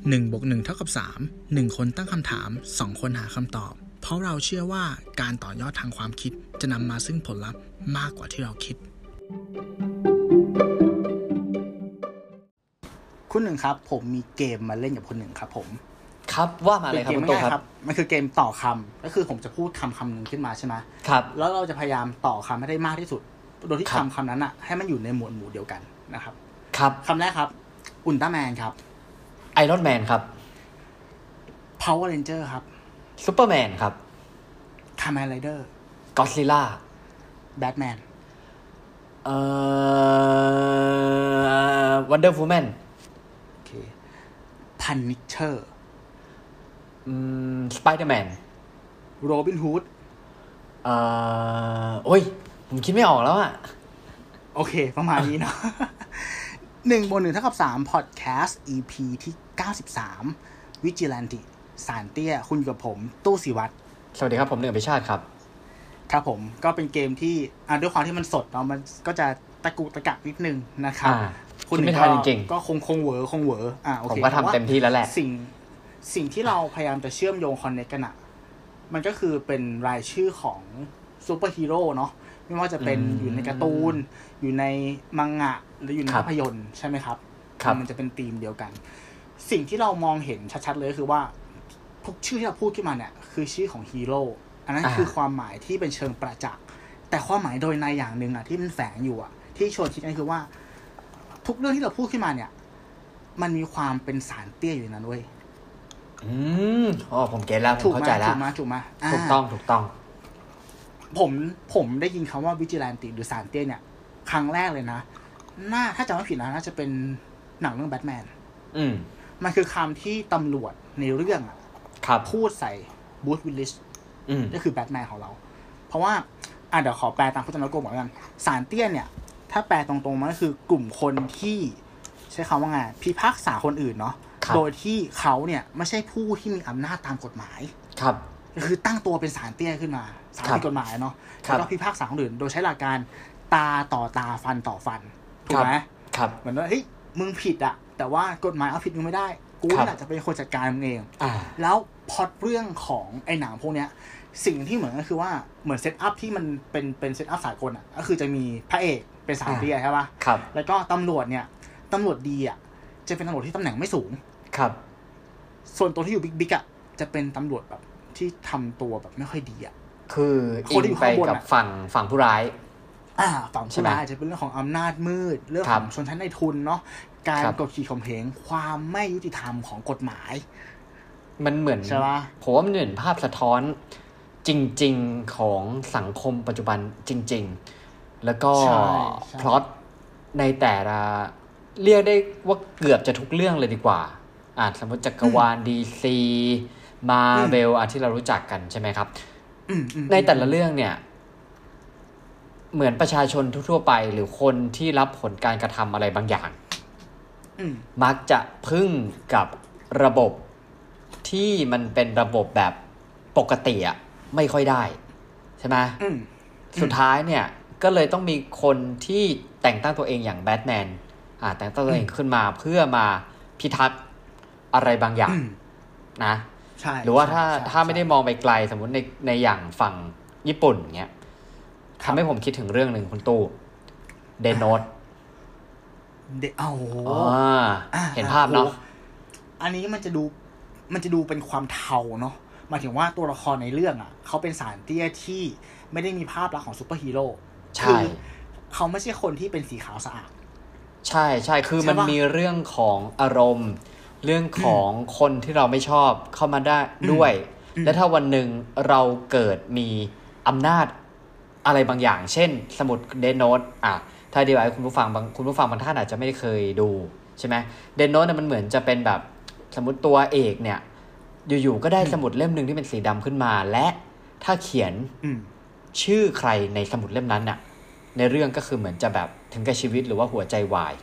1+1=3 1คนตั้งคำถาม2คนหาคำตอบเพราะเราเชื่อว่าการต่อยอดทางความคิดจะนำมาซึ่งผลลัพธ์มากกว่าที่เราคิดคุณหนึ่งครับผมมีเกมมาเล่นกับคุณหนึ่งครับผมครับว่ามาเลยครับคุณโตครับมันคือเกมต่อคำก็คือผมจะพูดคำหนึ่งขึ้นมาใช่ไหมครับแล้วเราจะพยายามต่อคำให้ได้มากที่สุดโดยที่คำนั้นอ่ะให้มันอยู่ในหมวดหมู่เดียวกันนะครับครับคำแรกครับอุลตร้าแมนครับไอรอนแมนครับ Power Ranger ครับซูเปอร์แมนครับ Kamen Rider ก็อดซิลล่า Batman วันเดอร์วูแมนโอเค Punisher สไปเดอร์แมน Robin Hood โอ้ยผมคิดไม่ออกแล้วอ่ะโอเคประมาณนี้เนาะ1+1=3 Podcast EP ที่93 Vigilante สารเตี้ยคุณอยู่กับผมตู้ศิวัตรสวัสดีครับผมหนึ่งอภิชาติครับครับผมก็เป็นเกมที่ด้วยความที่มันสดเนาะมันก็จะตะกุกตะกักนิดนึงนะครับคุณไม่ทันจริงๆก็คงเหวอโอเคผมก็ทำเต็มที่แล้วแหละสิ่งที่เราพยายามจะเชื่อมโยงคอนเนคกันอะมันก็คือเป็นรายชื่อของซูเปอร์ฮีโร่เนาะไม่ว่าจะเป็นอยู่ในการ์ตูนอยู่ในมังงะหรืออยู่ในภาพยนตร์ใช่ไหมครับมันจะเป็นธีมเดียวกันสิ่งที่เรามองเห็นชัดๆเลยคือว่าทุกชื่อที่เราพูดขึ้นมาเนี่ยคือชื่อของฮีโร่อันนั้นคือความหมายที่เป็นเชิงประจักษ์แต่ความหมายโดยในอย่างนึงอะที่มันแฝงอยู่อะที่ชวนคิดกันคือว่าทุกเรื่องที่เราพูดขึ้นมาเนี่ยมันมีความเป็นสารเตี้ยอยู่นั้นเว้ยผมเก็ตแล้วผมเข้าใจแล้วถูกมาถูกต้องผมได้ยินคำว่าวิจิแลนติหรือสารเตี้ยเนี่ยครั้งแรกเลยนะถ้าจำไม่ผิดนะน่าจะเป็นหนังเรื่องแบทแมนมันคือคำที่ตำรวจในเรื่องพูดใส่บูธวิลลิสก็คือแบทแมนของเราเพราะว่าเดี๋ยวขอแปลตามพจนานุกรมก่อนสารเตี้ยเนี่ยถ้าแปลตรงๆมันก็คือกลุ่มคนที่ใช้คำว่าไงพิพากษาคนอื่นเนาะโดยที่เขาเนี่ยไม่ใช่ผู้ที่มีอำนาจตามกฎหมายครับคือตั้งตัวเป็นศาลเตี้ยขึ้นมาศาลผิดกฎหมายเนาะแล้วก็พิพากษาคนอื่นโดยใช้หลักการตาต่อตาฟันต่อฟันถูกไหมครับเหมือนว่าเฮ้ยมึงผิดอะแต่ว่ากฎหมายเอาผิดมึงไม่ได้กูนี่แหละจะเป็นคนจัดการมึงเองแล้วพล็อตเรื่องของไอ้หนังพวกเนี้ยสิ่งที่เหมือนก็คือว่าเหมือนเซตอัพที่มันเป็นเซตอัพสากลอะก็คือจะมีพระเอกเป็นศาลเตี้ยใช่ป่ะแล้วก็ตำรวจเนี่ยตำรวจดีอะจะเป็นตำรวจที่ตำแหน่งไม่สูงครับส่วนตัวที่อยู่บิ๊กๆอะจะเป็นตำรวจแบบที่ทำตัวแบบไม่ค่อยดีอ่ะคืออินไปกับฝั่งผู้ร้ายฝั่งผู้ร้ายอาจจะเป็นเรื่องของอำนาจมืดเรื่องของชนชั้นในทุนเนาะการกดขี่ข่มเหงความไม่ยุติธรรมของกฎหมายมันเหมือนใช่ป่ะผมว่ามันเหมือนภาพสะท้อนจริงๆของสังคมปัจจุบันจริงๆแล้วก็พล็อตในแต่ละเรียกได้ว่าเกือบจะทุกเรื่องเลยดีกว่าสมมติจักรวาล DCมาเวลที่เรารู้จักกันใช่ไหมครับในแต่ละเรื่องเนี่ยเหมือนประชาชนทั่วไปหรือคนที่รับผลการกระทำอะไรบางอย่างมักจะพึ่งกับระบบที่มันเป็นระบบแบบปกติอ่ะไม่ค่อยได้ใช่ไหมสุดท้ายเนี่ยก็เลยต้องมีคนที่แต่งตั้งตัวเองอย่างแบทแมนแต่งตั้งตัวเองขึ้นมาเพื่อมาพิทักษ์อะไรบางอย่างนะหรือว่าถ้าไม่ได้มองไปไกลสมมุติในอย่างฝั่งญี่ปุ่นเงี้ยทำให้ผมคิดถึงเรื่องหนึ่งคุณตู้เดนโนตเห็นภาพเนาะอันนี้มันจะดูเป็นความเทาเนาะหมายถึงว่าตัวละครในเรื่องเขาเป็นสารเตี้ยที่ไม่ได้มีภาพลักษณ์ของซูเปอร์ฮีโร่ใช่เขาไม่ใช่คนที่เป็นสีขาวสะอาดใช่คือมันมีเรื่องของอารมณ์เรื่องของคนที่เราไม่ชอบเข้ามาได้ด้วยและถ้าวันหนึ่งเราเกิดมีอำนาจอะไรบางอย่างเช่นสมุดเดนโนตถ้าดีไว้คุณผู้ฟังบางท่านอาจจะไม่ได้เคยดูใช่ไหมเดนโนตเนี่ยมันเหมือนจะเป็นแบบสมมติตัวเอกเนี่ยอยู่ๆก็ได้สมุดเล่มนึงที่เป็นสีดำขึ้นมาและถ้าเขียนชื่อใครในสมุดเล่มนั้นน่ะในเรื่องก็คือเหมือนจะแบบถึงกับชีวิตหรือว่าหัวใจวาย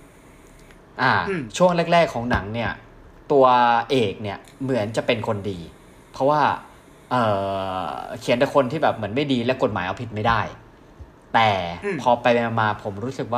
ช่วงแรกๆของหนังเนี่ยตัวเอกเนี่ยเหมือนจะเป็นคนดีเพราะว่าเขียนแต่คนที่แบบเหมือนไม่ดีและกฎหมายเอาผิดไม่ได้แต่พอไปมาผมรู้สึกว่า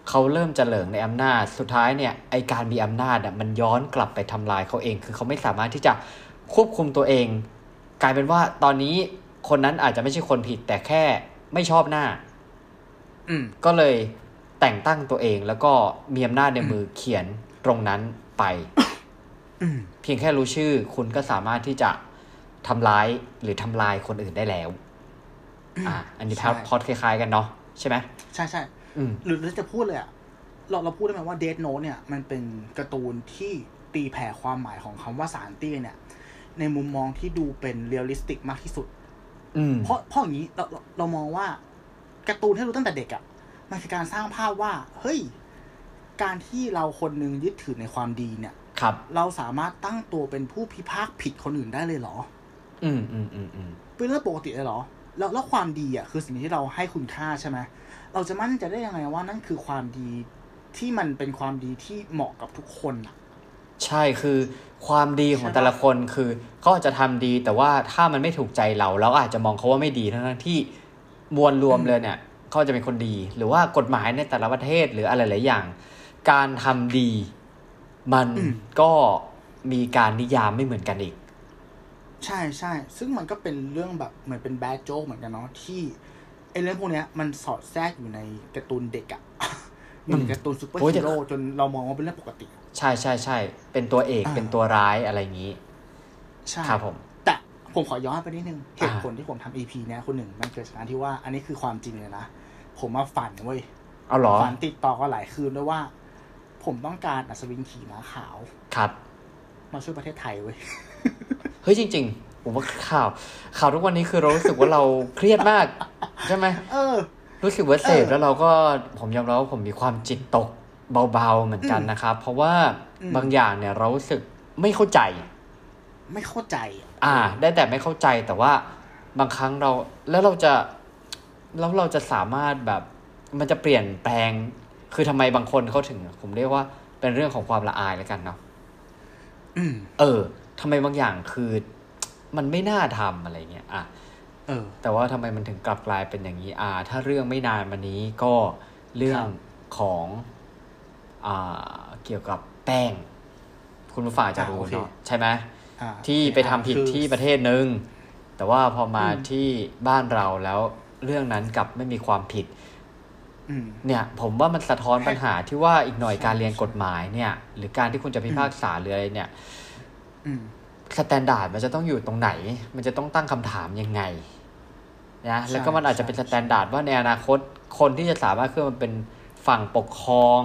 เขาเริ่มจะเหลิงในอำนาจสุดท้ายเนี่ยไอการมีอำนาจอ่ะมันย้อนกลับไปทำลายเขาเองคือเขาไม่สามารถที่จะควบคุมตัวเองกลายเป็นว่าตอนนี้คนนั้นอาจจะไม่ใช่คนผิดแต่แค่ไม่ชอบหน้าก็เลยแต่งตั้งตัวเองแล้วก็มีอำนาจในมือเขียนตรงนั้นไปเพียงแค่รู้ชื่อคุณก็สามารถที่จะทำร้ายหรือทำลายคนอื่นได้แล้วอันนี้พอดคล้ายๆกันเนาะใช่ไหมใช่ใช่หรือจะพูดเลยอะเราพูดได้ไหมว่าเดธโน้ตเนี่ยมันเป็นการ์ตูนที่ตีแผ่ความหมายของคำว่าสารเตี้ยเนี่ยในมุมมองที่ดูเป็นเรียลลิสติกมากที่สุดเพราะอย่างนี้เรามองว่าการ์ตูนที่รู้ตั้งแต่เด็กอะมันคือการสร้างภาพว่าเฮ้ยการที่เราคนนึงยึดถือในความดีเนี่ยเราสามารถตั้งตัวเป็นผู้พิพากษาผิดคนอื่นได้เลยเหรอเป็นเรื่องปกติเลยเหรอแล้วความดีอ่ะคือสิ่งที่เราให้คุณค่าใช่ไหมเราจะมั่นใจได้ยังไงว่านั่นคือความดีที่มันเป็นความดีที่เหมาะกับทุกคนอ่ะใช่คือความดีของแต่ละคนคือเขาอาจจะทำดีแต่ว่าถ้ามันไม่ถูกใจเราอาจจะมองเขาว่าไม่ดีทั้งที่มวลรวมเลยเนี่ยเขาจะเป็นคนดีหรือว่ากฎหมายในแต่ละประเทศหรืออะไรหลายอย่างการทำดีมันก็มีการนิยามไม่เหมือนกันอีกใช่ใช่ซึ่งมันก็เป็นเรื่องแบบเหมือนเป็นแบดโจ๊กเหมือนกันเนาะที่ไอ้เรื่องพวกนี้มันสอดแทรกอยู่ในการ์ตูนเด็กอ่ะอยู่ในการ์ตูนซูเปอร์ฮีโร่จนเรามองว่าเป็นเรื่องปกติใช่ใช่ใช่เป็นตัวเอกเป็นตัวร้ายอะไรอย่างนี้ใช่ครับผมแต่ผมขอย้อนไปนิดนึงเหตุผลที่ผมทำ EP เนี้ยคุณหนึ่งมันเกิดจากการที่ว่าอันนี้คือความจริงเลยนะผมมาฝันเว้ยฝันติดต่อกันหลายคืนด้วยว่าผมต้องการอัศวินขี่ม้าขาวครับมาช่วยประเทศไทยเว้ยเฮ้ยจริงๆผมว่าข่าวทุกวันนี้คือเรารู้สึกว่าเราเครียดมากใช่ไหมรู้สึกว่าเสพแล้วเราก็ผมยอมรับว่าผมมีความจิตตกเบาๆเหมือนกันนะครับเพราะว่าบางอย่างเนี่ยเรารู้สึกไม่เข้าใจได้แต่ไม่เข้าใจแต่ว่าบางครั้งเราจะสามารถแบบมันจะเปลี่ยนแปลงคือทำไมบางคนเขาถึงผมเรียกว่าเป็นเรื่องของความละอายแล้วกันเนาะทำไมบางอย่างคือมันไม่น่าทำอะไรเงี้ยแต่ว่าทำไมมันถึงกลับกลายเป็นอย่างนี้ถ้าเรื่องไม่นานมานี้ก็เรื่องของเกี่ยวกับแป้งคุณผู้ฟังจะรู้เนาะใช่ไหมที่ไปทำผิดที่ประเทศนึงแต่ว่าพอมาที่บ้านเราแล้วเรื่องนั้นกลับไม่มีความผิดเนี่ยผมว่ามันสะท้อนปัญหาที่ว่าอีกหน่อยการเรียนกฎหมายเนี่ยหรือการที่คุณจะพิพากษาหรืออะไรเนี่ยสแตนดาร์ดมันจะต้องอยู่ตรงไหนมันจะต้องตั้งคำถามยังไงนะแล้วก็มันอาจจะเป็นสแตนดาร์ดว่าในอนาคตคนที่จะสามารถขึ้นมาเป็นฝั่งปกครอง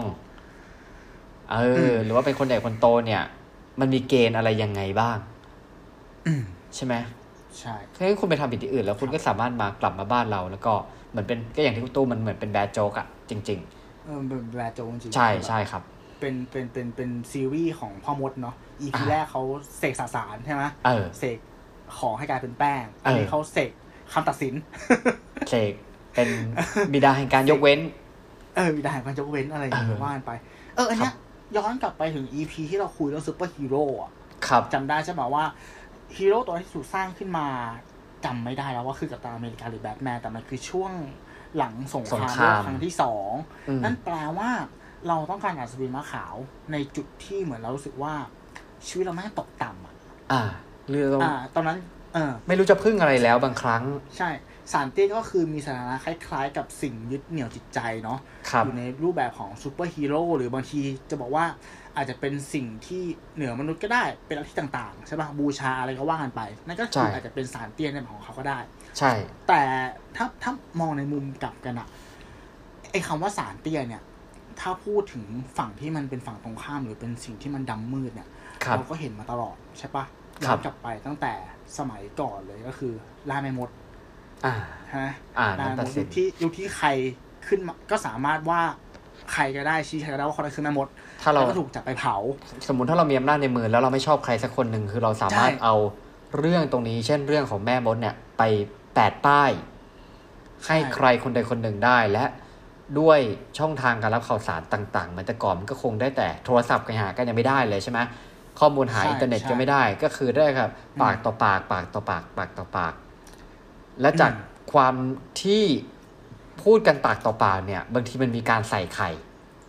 หรือว่าเป็นคนใหญ่คนโตเนี่ยมันมีเกณฑ์อะไรยังไงบ้างใช่ไหมใช่คือคุณไปทำผิดที่อื่นแล้วคุณก็สามารถมากลับมาบ้านเราแล้วก็เหมือนเป็นก็อย่างที่คุณตู้มันเหมือนเป็นแบดโจ๊กอะจริงๆเป็นแบดโจ๊กจริงใช่ใช่ครับเป็นซีรีส์ของพ่อมดเนาะ EP แรกเขาเสกสสารใช่ไหมเสกของให้กลายเป็นแป้งอันนี้เขาเสกคำตัดสินเสกเป็นบิดาแห่งการยกเว้นบิดาแห่งการยกเว้นอะไรอย่างเงี้ยว่าไปอันเนี้ยย้อนกลับไปถึง EP ที่เราคุยเรื่องซูเปอร์ฮีโร่อะจำได้ใช่ไหมว่าฮีโร่ตัวที่ถูกสร้างขึ้นมาจำไม่ได้แล้วว่าคือกัปตันอเมริกาหรือแบทแมนแต่มันคือช่วงหลังสงครามโลกครั้งที่2นั่นแปลว่าเราต้องการอัศวินม้าขาวในจุดที่เหมือนเรารู้สึกว่าชีวิตเราแม่งตกต่ำเรื่องตอนนั้นไม่รู้จะพึ่งอะไรแล้วบางครั้งใช่สารเตี้ยก็คือมีสถานะคล้ายๆกับสิ่งยึดเหนี่ยวจิตใจเนาะอยู่ในรูปแบบของซูเปอร์ฮีโร่หรือบางทีจะบอกว่าอาจจะเป็นสิ่งที่เหนือมนุษย์ก็ได้เป็นอะไรที่ต่างๆใช่ป่ะบูชาอะไรก็ว่ากันไปนั่นก็คืออาจจะเป็นสารเตี้ยในแบบของเขาก็ได้ใช่แต่ถ้ามองในมุมกลับกันอะไอ้คำว่าสารเตี้ยเนี่ยถ้าพูดถึงฝั่งที่มันเป็นฝั่งตรงข้ามหรือเป็นสิ่งที่มันดำมืดเนี่ยเราก็เห็นมาตลอดใช่ป่ะย้อนกลับไปตั้งแต่สมัยก่อนเลยก็คือล่าแม่มดฮะล่าแม่มดยุคที่ใครขึ้นมาก็สามารถว่าใครก็ได้ชี้ใครก็ได้ว่าคนนั้นคือแม่มดถ้าเราก็ถูกจับไปเผาสมมุติถ้าเรามีอำนาจในมือแล้วเราไม่ชอบใครสักคนหนึ่งคือเราสามารถเอาเรื่องตรงนี้เช่นเรื่องของแม่มดเนี่ยไปแปะป้ายให้ใครคนใดคนหนึ่งได้และด้วยช่องทางการรับข่าวสารต่างๆเหมือนแต่ก่อนมันก็คงได้แต่โทรศัพท์กันหากันยังไม่ได้เลยใช่ไหมข้อมูลหาอินเทอร์เน็ตก็ไม่ได้ก็คือได้ครับปากต่อปากปากต่อปากปากต่อปากและจากความที่พูดกันปากต่อปากเนี่ยบางทีมันมีการใส่ไข่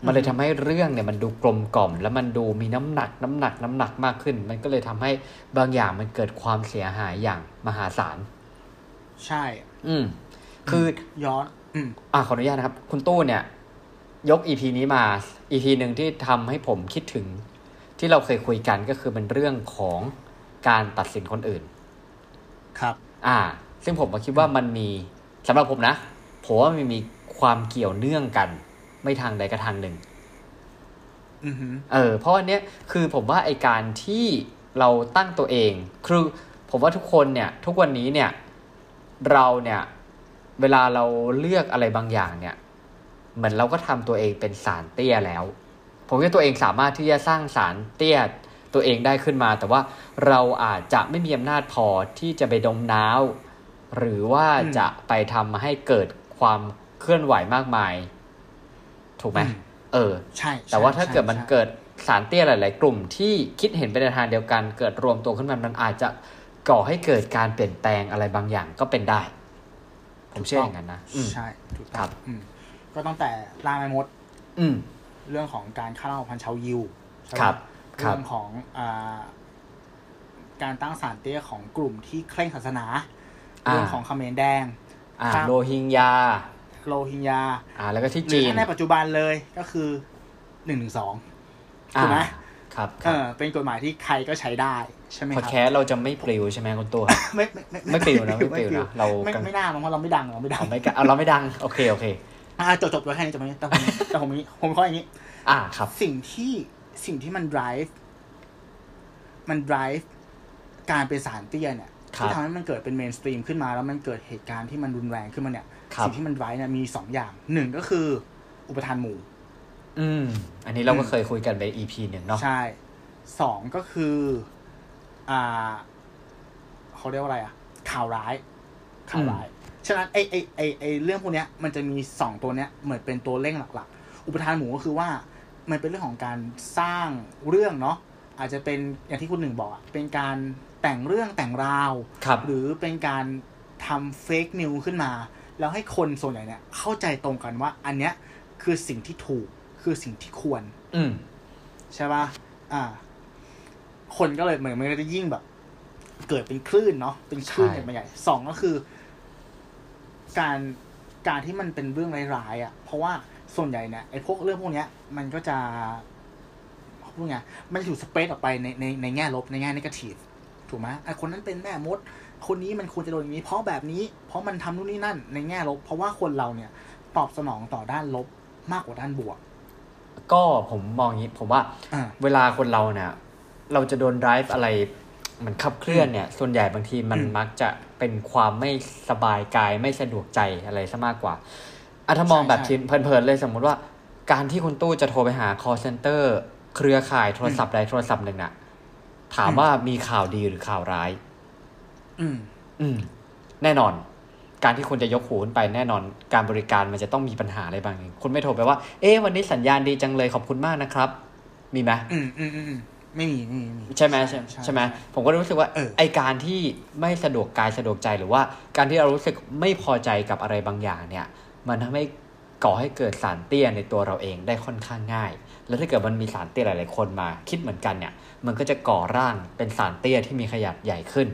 มันเลยทำให้เรื่องเนี่ยมันดูกลมกล่อมแล้วมันดูมีน้ำหนักมากขึ้นมันก็เลยทำให้บางอย่างมันเกิดความเสียหายอย่างมหาศาลใช่คือย้อนขออนุญาตนะครับคุณตู้เนี่ยยก EP นี้มา EP นึงที่ทำให้ผมคิดถึงที่เราเคยคุยกันก็คือเป็นเรื่องของการตัดสินคนอื่นครับซึ่งผมคิดว่ามันมีสำหรับผมนะผมว่ามันมีความเกี่ยวเนื่องกันไม่ทางใดก็ทางหนึ่งเพราะอันเนี้ยคือผมว่าไอการที่เราตั้งตัวเองคือผมว่าทุกคนเนี่ยทุกวันนี้เนี่ยเราเนี่ยเวลาเราเลือกอะไรบางอย่างเนี่ยเหมือนเราก็ทำตัวเองเป็นสารเตี้ยแล้วผมว่าตัวเองสามารถที่จะสร้างสารเตี้ยตัวเองได้ขึ้นมาแต่ว่าเราอาจจะไม่มีอำนาจพอที่จะไปดมน้าวหรือว่าจะไปทำให้เกิดความเคลื่อนไหวมากมายถูกไหมใช่แต่ว่าถ้าเกิดมันเกิดสารเตี้ยหลายๆกลุ่มที่คิดเห็นไปในทางเดียวกันเกิดรวมตัวขึ้นมามันอาจจะก่อให้เกิดการเปลี่ยนแปลงอะไรบางอย่างก็เป็นได้ผมเชื่ออย่างนั้นนะใช่ถูกต้องก็ตั้งแต่ล่าแม่มดเรื่องของการฆ่าล้างเผ่าพันธุ์ชาวยิวเรื่องของการตั้งศาลเตี้ยของกลุ่มที่เคร่งศาสนาเรื่องของเขมรแดงโรฮิงญาแล้วก็ที่จีนในปัจจุบันเลยก็คือ112ถูกไหมครับเป็นกฎหมายที่ใครก็ใช้ได้ใช่ไหมครับพอแคสเราจะไม่ปลิวใช่ไหมคุณตัวไม่ปลิวนะไม่ปลิวนะเราไม่น่าเพราะเราไม่ดังเราไม่ดังโอเคจบไว้แค่นี้จะไม่แต่ผมข้ออย่างนี้ครับสิ่งที่มัน drive การเป็นสารเตี้ยเนี่ยที่ทำให้มันเกิดเป็นเมนสตรีมขึ้นมาแล้วมันเกิดเหตุการณ์ที่มันรุนแรงขึ้นมาเนี่ยสิ่งที่มัน drive เนี่ยมี2อย่าง1ก็คืออุปทานหมู่อันนี้เราก็เคยคุยกันใน EP 1เนาะใช่2ก็คือเขาเรียกว่าอะไรข่าวร้ายฉะนั้นไอเรื่องพวกเนี้ยมันจะมี2ตัวเนี้ยเหมือนเป็นตัวเร่งหลักๆอุปทานหมู่ก็คือว่ามันเป็นเรื่องของการสร้างเรื่องเนาะอาจจะเป็นอย่างที่คุณหนึ่งบอกเป็นการแต่งเรื่องแต่งราวหรือเป็นการทำเฟกนิวขึ้นมาแล้วให้คนส่วนใหญ่เนี่ยเข้าใจตรงกันว่าอันเนี้ยคือสิ่งที่ถูกคือสิ่งที่ควรใช่ป่ะคนก็เลยเหมือนมันก็จะยิ่งแบบเกิดเป็นคลื่นเนาะเป็นคลื่นใหญ่ๆ2ก็คือการที่มันเป็นเรื่องร้ายๆเพราะว่าส่วนใหญ่เนี่ยไอ้พวกเรื่องพวกเนี้ยมันก็จะพวกเนี้ยมันจะถูกสเปรดออกไปในแง่ลบในแง่เนกาทีฟถูกไหมไอ้คนนั้นเป็นแม่มดคนนี้มันควรจะโดนอย่างนี้เพราะแบบนี้เพราะมันทำนู่นนี่นั่นในแง่ลบเพราะว่าคนเราเนี่ยตอบสนองต่อด้านลบมากกว่าด้านบวกก็ผมมองอย่างนี้ผมว่าเวลาคนเราเนี่ยเราจะโดน drive อะไรมันขับเคลื่อนเนี่ยส่วนใหญ่บางทีมันมักจะเป็นความไม่สบายกายไม่สะดวกใจอะไรซะมากกว่าถ้ามองแบบเพลินๆเลยสมมุติว่าการที่คุณตู้จะโทรไปหา call center เครือข่ายโทรศัพท์ใดโทรศัพท์หนึ่งน่ะถามว่ามีข่าวดีหรือข่าวร้ายแน่นอนการที่คุณจะยกหูขึ้นไปแน่นอนการบริการมันจะต้องมีปัญหาอะไรบางอย่างคุณไม่โทรไปว่าวันนี้สัญญาณดีจังเลยขอบคุณมากนะครับมีไหมไม่มีใช่ไหมผมก็รู้สึกว่าไอการที่ไม่สะดวกกายสะดวกใจหรือว่าการที่เรารู้สึกไม่พอใจกับอะไรบางอย่างเนี่ยมันทำให้ก่อให้เกิดสารเตี้ยในตัวเราเองได้ค่อนข้างง่ายแล้วถ้าเกิดมันมีสารเตี้ยหลายๆคนมาคิดเหมือนกันเนี่ยมันก็จะก่อร่างเป็นสารเตี้ยที่มีขนาดใหญ่ขึ้น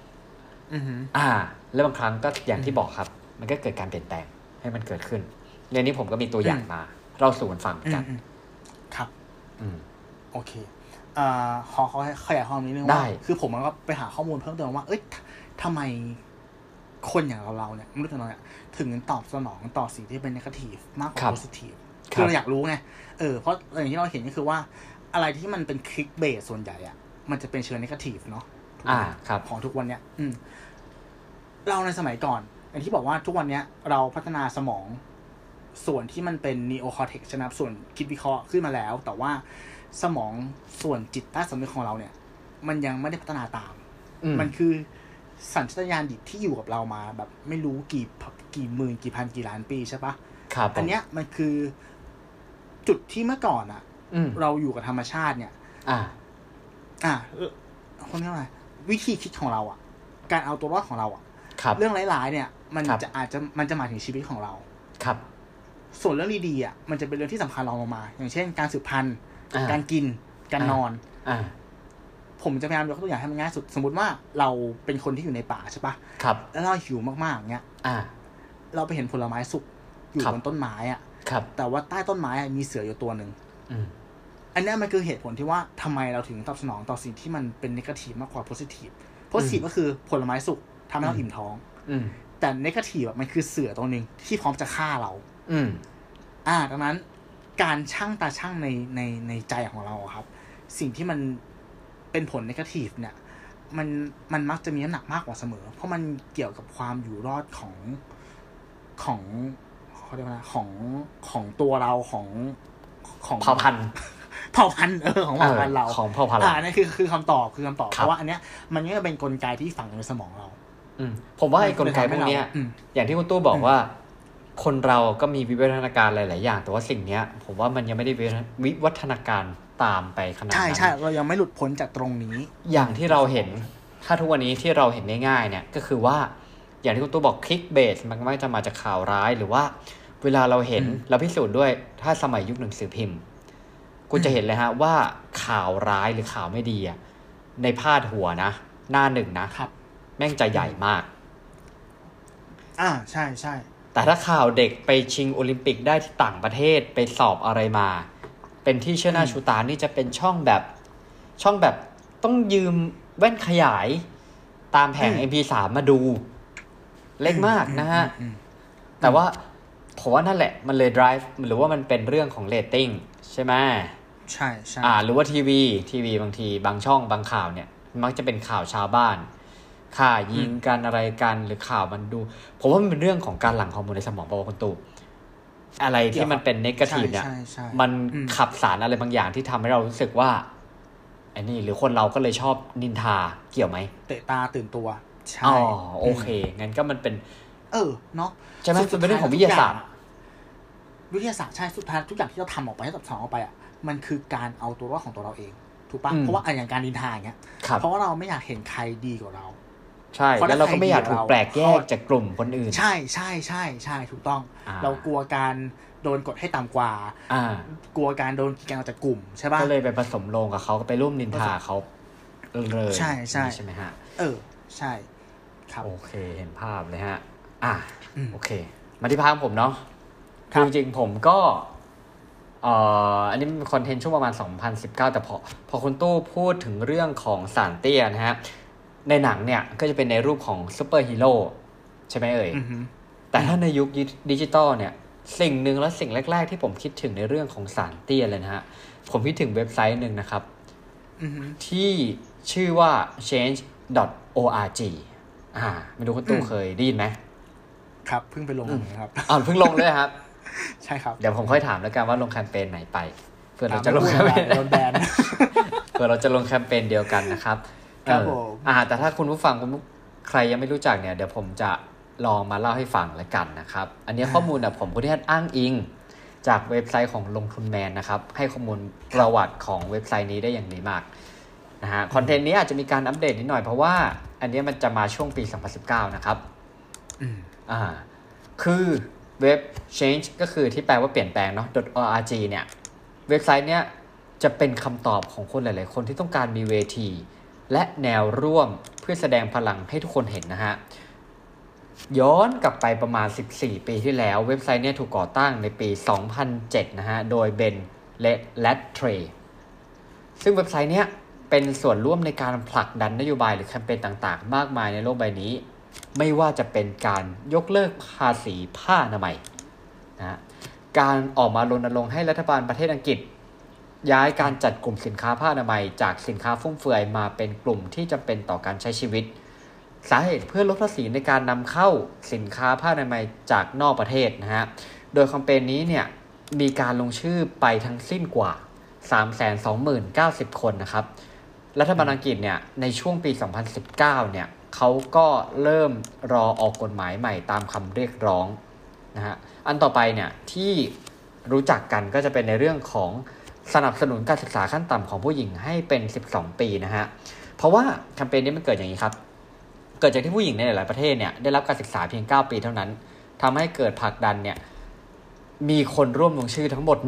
แล้วบางครั้งก็อย่างที่บอกครับมันก็เกิดการเปลี่ยนแปลงให้มันเกิดขึ้นในนี้ผมก็มีตัวอย่างมาเล่าสู่กันฟังกันครับโอเคขอขยายความนิดนึงว่าคือผมก็ไปหาข้อมูลเพิ่มเติมว่าทำไมคนอย่างเราเนี่ยมนุษย์เราเนี่ยถึงตอบสนองต่อสิ่งที่เป็น negative มากกว่า positive คือเราอยากรู้ไงเพราะอย่างที่เราเห็นก็คือว่าอะไรที่มันเป็น click base ส่วนใหญ่มันจะเป็นเชิง negative เนาะของทุกวันเนี้ยเราในสมัยก่อนอย่างที่บอกว่าทุกวันเนี้ยเราพัฒนาสมองส่วนที่มันเป็น neocortex ใช่ไหมส่วนคิดวิเคราะห์ขึ้นมาแล้วแต่ว่าสมองส่วนจิตใต้สำนึกของเราเนี่ยมันยังไม่ได้พัฒนาตามมันคือสัญชาตญาณดิบที่อยู่กับเรามาแบบไม่รู้กี่หมื่นกี่พันกี่ล้านปีใช่ปะอันเนี้ยมันคือจุดที่เมื่อก่อนเราอยู่กับธรรมชาติเนี่ยคนเรียกว่าวิธีคิดของเราการเอาตัวรอดของเราเรื่องร้ายๆเนี่ยมันจะหมายถึงชีวิตของเราส่วนเรื่องดีๆอ่ะมันจะเป็นเรื่องที่สำคัญรองลงมาอย่างเช่นการสืบพันธุ์การกินการนอนผมจะพยายามยกตัวอย่างให้มันง่ายสุดสมมติว่าเราเป็นคนที่อยู่ในป่าใช่ปะครับแล้วเราหิวมากๆเงี้ยเราไปเห็นผลไม้สุกอยู่บนต้นไม้อ่ะแต่ว่าใต้ต้นไม้มีเสืออยู่ตัวนึงอันนี้มันคือเหตุผลที่ว่าทำไมเราถึงตอบสนองต่อสิ่งที่มันเป็นเนกาทีฟมากกว่าโพสิทีฟก็คือผลไม้สุกทำให้เราอิ่มท้องแต่เนกาทีฟมันคือเสือตัวนึงที่พร้อมจะฆ่าเราดังนั้นการชั่งตาชั่งในใจของเราครับสิ่งที่มันเป็นผลเนกาทีฟเนี่ยมันมักจะมีน้ำหนักมากกว่าเสมอเพราะมันเกี่ยวกับความอยู่รอดของเขาเรียกว่าของตัวเราของเผ่าพันธุ์ของเผ่าพันธุ์เราของเผ่าพันธุ์นั่นคือคำตอบเพราะว่าอันเนี้ยมันก็เป็นกลไกที่ฝังอยู่ในสมองเราผมว่าไอ้กลไกพวกนี้อย่างที่คุณตู้บอกว่าคนเราก็มีวิวัฒนาการหลายๆอย่างแต่ว่าสิ่งนี้ผมว่ามันยังไม่ได้วิวัฒนาการตามไปขนาดนั้นใช่เรายังไม่หลุดพ้นจากตรงนี้อย่างที่เราเห็นถ้าทุกวันนี้ที่เราเห็นง่ายๆเนี่ยก็คือว่าอย่างที่คุณตู้บอกคลิกเบสมันก็จะมาจากข่าวร้ายหรือว่าเวลาเราเห็นเราพิสูจน์ด้วยถ้าสมัยยุคหนังสือพิมพ์คุณจะเห็นเลยฮะว่าข่าวร้ายหรือข่าวไม่ดีในพาดหัวนะหน้าหนึ่งนะแม่งจะใหญ่มากใช่แต่ถ้าข่าวเด็กไปชิงโอลิมปิกได้ที่ต่างประเทศไปสอบอะไรมาเป็นที่เชื่อหน้าชูตานี่จะเป็นช่องแบบต้องยืมแว่นขยายตามแผง MP3 มาดูเล็กมากนะฮะแต่ว่าผมว่านั่นแหละมันเลย drive หรือว่ามันเป็นเรื่องของเรตติ้งใช่ไหมใช่หรือว่าทีวีบางทีบางช่องบางข่าวเนี่ยมักจะเป็นข่าวชาวบ้านฆ่ายิงกันอะไรกันหรือข่าวมันดูผมว่ามันเป็นเรื่องของการหลั่งฮอร์โมนในสมองป่าวคุณตู่อะไรที่มันเป็นเนกาทีฟเนี่ยมันขับสารอะไรบางอย่างที่ทำให้เรารู้สึกว่าไอ้นี่หรือคนเราก็เลยชอบนินทาเกี่ยวไหมเตะตาตื่นตัวใช่โอเคงั้นก็มันเป็นเนาะใช่ไหมเป็นเรื่องของวิทยาศาสตร์ใช่สุดท้ายทุกอย่างที่เราทำออกไปให้ตอบสนองออกไปมันคือการเอาตัวรอดของตัวเราเองถูกปะเพราะว่าอย่างการนินทาอย่างเงี้ยเพราะว่าเราไม่อยากเห็นใครดีกว่าเราใช่แล้วเราก็ไม่อยากถูกแปลกแยกจากกลุ่มคนอื่นใช่ถูกต้องเรากลัวการโดนกดให้ต่ำกว่ากลัวการโดนกีดกันออกจากกลุ่มใช่ป่ะก็เลยไปผสมลงกับเขาก็ไปร่วมนินทาเขาเลยใช่ไหมฮะใช่ครับโอเคเห็นภาพเลยฮะโอเคมาที่ภาคผมเนาะจริงๆผมก็อันนี้เป็นคอนเทนต์ช่วงประมาณ2019แต่พอคุณตู้พูดถึงเรื่องของสารเตี้ยนะฮะในหนังเนี่ยก็จะเป็นในรูปของซูเปอร์ฮีโร่ใช่ไหมเอ่ยแต่ถ้าในยุคดิจิตอลเนี่ยสิ่งหนึ่งและสิ่งแรกๆที่ผมคิดถึงในเรื่องของสารเตี้ยเลยนะฮะผมคิดถึงเว็บไซต์หนึ่งนะครับที่ชื่อว่า change.org ไม่รู้คุณตู้เคยได้ยินไหมครับเพิ่งไปลงครับเพิ่งลงเลยครับใช่ครับเดี๋ยวผมค่อยถามแล้วกันว่าลงแคมเปญไหนไปเพื่อเราจะลงแคมเปญโดนแบนเพื่อเราจะลงแคมเปญเดียวกันนะครับครับผมแต่ถ้าคุณผู้ฟังใครยังไม่รู้จักเนี่ยเดี๋ยวผมจะลองมาเล่าให้ฟังแล้วกันนะครับอันนี้ข้อมูลผมก็ได้อ้างอิงจากเว็บไซต์ของลงทุนแมนนะครับให้ข้อมูลประวัติของเว็บไซต์นี้ได้อย่างดีมากนะฮะคอนเทนต์นี้อาจจะมีการอัปเดตนิดหน่อยเพราะว่าอันนี้มันจะมาช่วงปี2019นะครับคือเว็บ change ก็คือที่แปลว่าเปลี่ยนแปลงเนาะ .org เนี่ยเว็บไซต์เนี้ยจะเป็นคำตอบของคนหลายๆคนที่ต้องการมีเวทีและแนวร่วมเพื่อแสดงพลังให้ทุกคนเห็นนะฮะย้อนกลับไปประมาณ14ปีที่แล้วเว็บไซต์เนี่ยถูกก่อตั้งในปี2007นะฮะโดยเบนและเทรซึ่งเว็บไซต์เนี้ยเป็นส่วนร่วมในการผลักดันนโยบายหรือแคมเปญต่างๆมากมายในโลกใบนี้ไม่ว่าจะเป็นการยกเลิกภาษีผ้าอนามัยนะการออกมารณรงค์ให้รัฐบาลประเทศอังกฤษย้ายการจัดกลุ่มสินค้าผ้าอนามัยจากสินค้าฟุ่มเฟือยมาเป็นกลุ่มที่จำเป็นต่อการใช้ชีวิตสาเหตุเพื่อลดภาษีในการนำเข้าสินค้าผ้าอนามัยจากนอกประเทศนะฮะโดยแคมเปญนี้เนี่ยมีการลงชื่อไปทั้งสิ้นกว่า 320,090 คนนะครับรัฐบาลอังกฤษเนี่ยในช่วงปี2019เนี่ยเขาก็เริ่มรอออกกฎหมายใหม่ตามคำเรียกร้องนะฮะอันต่อไปเนี่ยที่รู้จักกันก็จะเป็นในเรื่องของสนับสนุนการศึกษาขั้นต่ำของผู้หญิงให้เป็น12ปีนะฮะเพราะว่าแคมเปญนี้มันเกิดอย่างนี้ครับเกิดจากที่ผู้หญิงในหลายประเทศเนี่ยได้รับการศึกษาเพียง9ปีเท่านั้นทำให้เกิดผลักดันเนี่ยมีคนร่วมลงชื่อทั้งหมด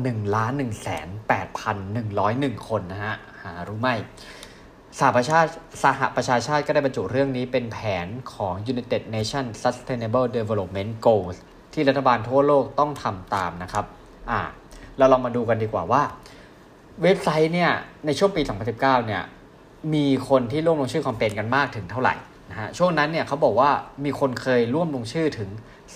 1,108,101 คนนะฮะหารู้ไหมสหประชาชาติก็ได้บรรจุเรื่องนี้เป็นแผนของ United Nations Sustainable Development Goals ที่รัฐบาลทั่วโลกต้องทำตามนะครับเราลองมาดูกันดีกว่าว่าเว็บไซต์เนี่ยในช่วงปี 2019 เนี่ยมีคนที่ร่วมลงชื่อแคมเปญกันมากถึงเท่าไหร่นะฮะช่วงนั้นเนี่ยเขาบอกว่ามีคนเคยร่วมลงชื่อถึง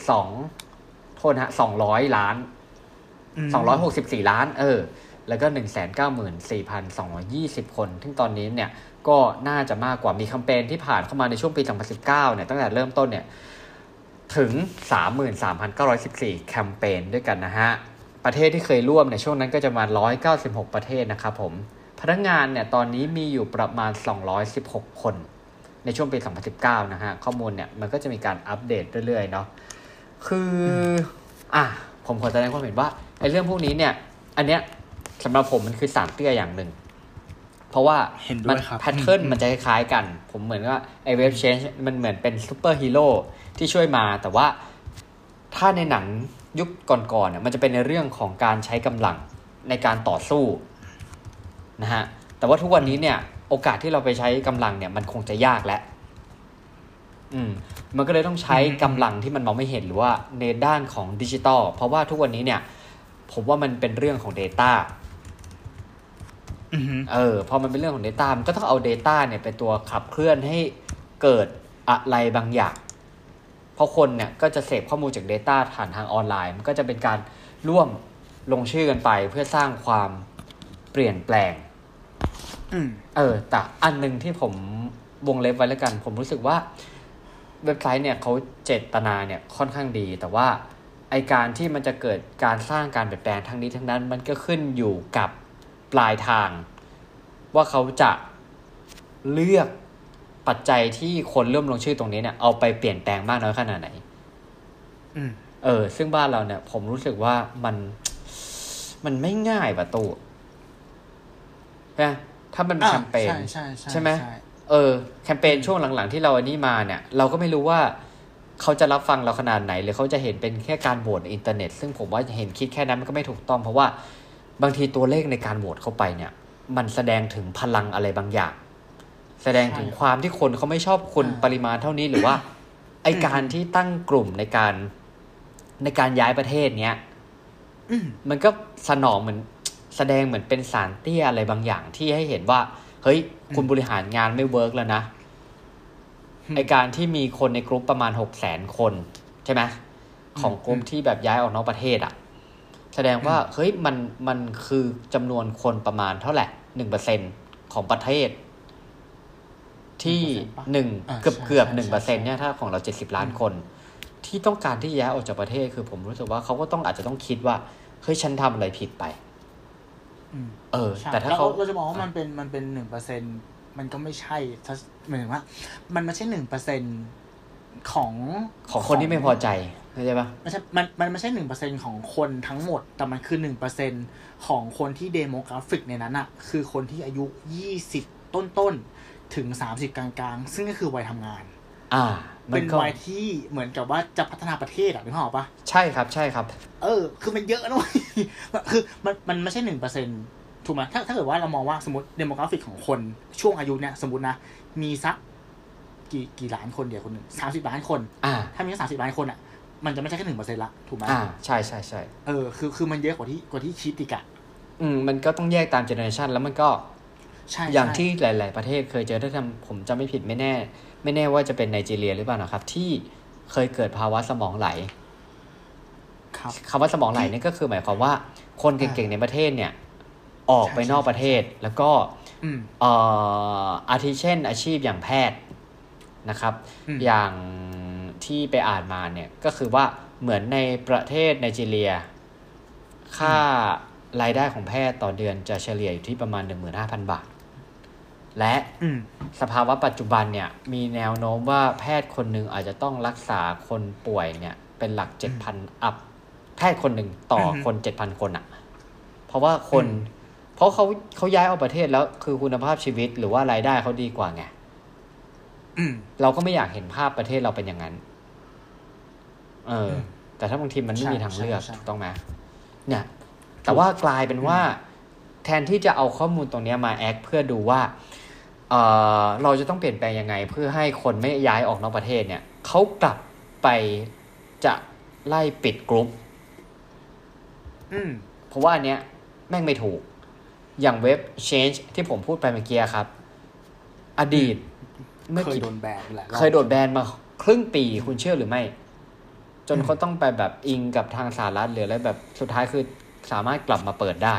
200 ล้าน264 ล้านแล้วก็ 194,220 คนซึ่งตอนนี้เนี่ยก็น่าจะมากกว่ามีแคมเปญที่ผ่านเข้ามาในช่วงปี 2019 เนี่ยตั้งแต่เริ่มต้นเนี่ยถึง 33,914 แคมเปญด้วยกันนะฮะประเทศที่เคยร่วมในช่วงนั้นก็จะมา196 ประเทศนะครับผมพนักงานเนี่ยตอนนี้มีอยู่ประมาณ216 คนในช่วงปี 2019 นะฮะข้อมูลเนี่ยมันก็จะมีการอัปเดตเรื่อยๆเนาะคือผมขอแสดงความเห็นว่าไอ้เรื่องพวกนี้เนี่ยอันเนี้ยสำหรับผมมันคือสารเตี้ยอย่างหนึ่งเพราะว่ามันแพทเทิร์นมันจะคล้ายๆกันผมเหมือนว่าไอ้เว็บเชนจ์มันเหมือนเป็นซูเปอร์ฮีโร่ที่ช่วยมาแต่ว่าถ้าในหนังยุคก่อนๆเนี่ยมันจะเป็นในเรื่องของการใช้กำลังในการต่อสู้นะฮะแต่ว่าทุกวันนี้เนี่ยโอกาสที่เราไปใช้กำลังเนี่ยมันคงจะยากแล้วมันก็เลยต้องใช้กำลังที่มันมองไม่เห็นหรือว่าในด้านของดิจิตอลเพราะว่าทุกวันนี้เนี่ยผมว่ามันเป็นเรื่องของ Data พอมันเป็นเรื่องของ Data มันก็ต้องเอา Data เนี่ยเป็นตัวขับเคลื่อนให้เกิดอะไรบางอย่างเพราะคนเนี่ยก็จะเสพข้อมูลจาก Data ผ่านทางออนไลน์มันก็จะเป็นการร่วมลงชื่อกันไปเพื่อสร้างความเปลี่ยนแปลงแต่อันนึงที่ผมวงเล็บไว้แล้วกันผมรู้สึกว่าเว็บไซต์เนี่ยเขาเจตนาเนี่ยค่อนข้างดีแต่ว่าไอการที่มันจะเกิดการสร้างการเปลี่ยนแปลงทั้งนี้ทั้งนั้นมันก็ขึ้นอยู่กับปลายทางว่าเขาจะเลือกปัจจัยที่คนเริ่มลงชื่อตรงนี้เนี่ยเอาไปเปลี่ยนแปลงมากน้อยขนาดไหนซึ่งบ้านเราเนี่ยผมรู้สึกว่ามันไม่ง่ายประตูนะถ้ามันเป็นแคมเปญใช่ไหมแคมเปญช่วงหลังๆที่เราอันนี้มาเนี่ยเราก็ไม่รู้ว่าเขาจะรับฟังเราขนาดไหนหรือเขาจะเห็นเป็นแค่การโหวตในอินเทอร์เน็ตซึ่งผมว่าเห็นคิดแค่นั้นมันก็ไม่ถูกต้องเพราะว่าบางทีตัวเลขในการโหวตเข้าไปเนี่ยมันแสดงถึงพลังอะไรบางอย่างแสดงถึงความที่คนเขาไม่ชอบคนปริมาณเท่านี้หรือว่าไอการที่ตั้งกลุ่มในการย้ายประเทศเนี้ยมันก็สนองเหมือนแสดงเหมือนเป็นสารเตี้ยอะไรบางอย่างที่ให้เห็นว่าเฮ้ยคุณบริหารงานไม่เวิร์กแล้วนะไอการที่มีคนในกลุ่มประมาณ 600,000 คนใช่ไหมของกลุ่มที่แบบย้ายออกนอกประเทศแสดงว่าเฮ้ยมันคือจำนวนคนประมาณเท่าไหร่ 1% ของประเทศที่เกือบ 1% เนี่ยถ้าของเรา70 ล้านคนที่ต้องการที่ย้ายออกจากประเทศคือผมรู้สึกว่าเขาก็อาจจะต้องคิดว่าเฮ้ยฉันทำอะไรผิดไปแต่ถ้าเราจะมองว่ามันเป็น 1% มันก็ไม่ใช่หมายถึงว่ามันไม่ใช่ 1% ของคนที่ไม่พอใจเข้าใจป่ะไม่ใช่มันไม่ใช่ 1% ของคนทั้งหมดแต่มันคือ 1% ของคนที่เดโมกราฟิกในนั้นน่ะคือคนที่อายุ20ต้นๆถึง30กลางๆซึ่งก็คือวัยทำงานเป็นวัยที่เหมือนกับว่าจะพัฒนาประเทศนึกออกปะใช่ครับใช่ครับคือมันเยอะนะคือมันไม่ใช่ 1% ถูกไหมถ้าเกิดว่าเรามองว่าสมมติเดโมกราฟิกของคนช่วงอายุเนี่ยสมมตินะมีสักกี่ล้านคนเดียวคนหนึ่ง30 ล้านคนถ้ามี30 ล้านคนอ่ะมันจะไม่ใช่แค่ 1% ละถูกไหมใช่คือมันเยอะกว่าที่คิดอีกอ่ะมันก็ต้องแยกตามเจเนอเรชันแล้วมันก็อย่างที่หลายๆประเทศเคยเจอถ้าผมจำไม่ผิดไม่แน่ว่าจะเป็นไนจีเรียหรือเปล่านะครับที่เคยเกิดภาวะสมองไหลคำว่าสมองไหลนี่ก็คือหมายความว่าคนเก่งๆในประเทศเนี่ยออกไปนอกประเทศแล้วก็อาทิเช่นอาชีพอย่างแพทย์นะครับอย่างที่ไปอ่านมาเนี่ยก็คือว่าเหมือนในประเทศไนจีเรียค่ารายได้ของแพทย์ต่อเดือนจะเฉลี่ยอยู่ที่ประมาณ 15,000 บาทและสภาวะปัจจุบันเนี่ยมีแนวโน้มว่าแพทย์คนหนึ่งอาจจะต้องรักษาคนป่วยเนี่ยเป็นหลัก 7,000 อัพแพทย์คนหนึ่งต่อคน 7,000 คนเพราะว่าเพราะเขาย้ายออกประเทศแล้วคือคุณภาพชีวิตหรือว่ารายได้เขาดีกว่าไงเราก็ไม่อยากเห็นภาพประเทศเราเป็นอย่างนั้นแต่ถ้าบางทีมันไม่มีทางเลือกถูกต้องไหมเนี่ยแต่ว่ากลายเป็นว่าแทนที่จะเอาข้อมูลตรงนี้มาแอคเพื่อดูว่าเราจะต้องเปลี่ยนแปลงยังไงเพื่อให้คนไม่ย้ายออกนอกประเทศเนี่ยเขากลับไปจะไล่ปิดกลุ่มเพราะว่าอันเนี้ยแม่งไม่ถูกอย่างเว็บ Change ที่ผมพูดไปเมื่อกี้ครับอดีตเคยโดนแบนแหละเคยโดนแบนมาครึ่งปีคุณเชื่อหรือไม่จนเขาต้องไปแบบอิงกับทางสหรัฐหรืออะไรแบบสุดท้ายคือสามารถกลับมาเปิดได้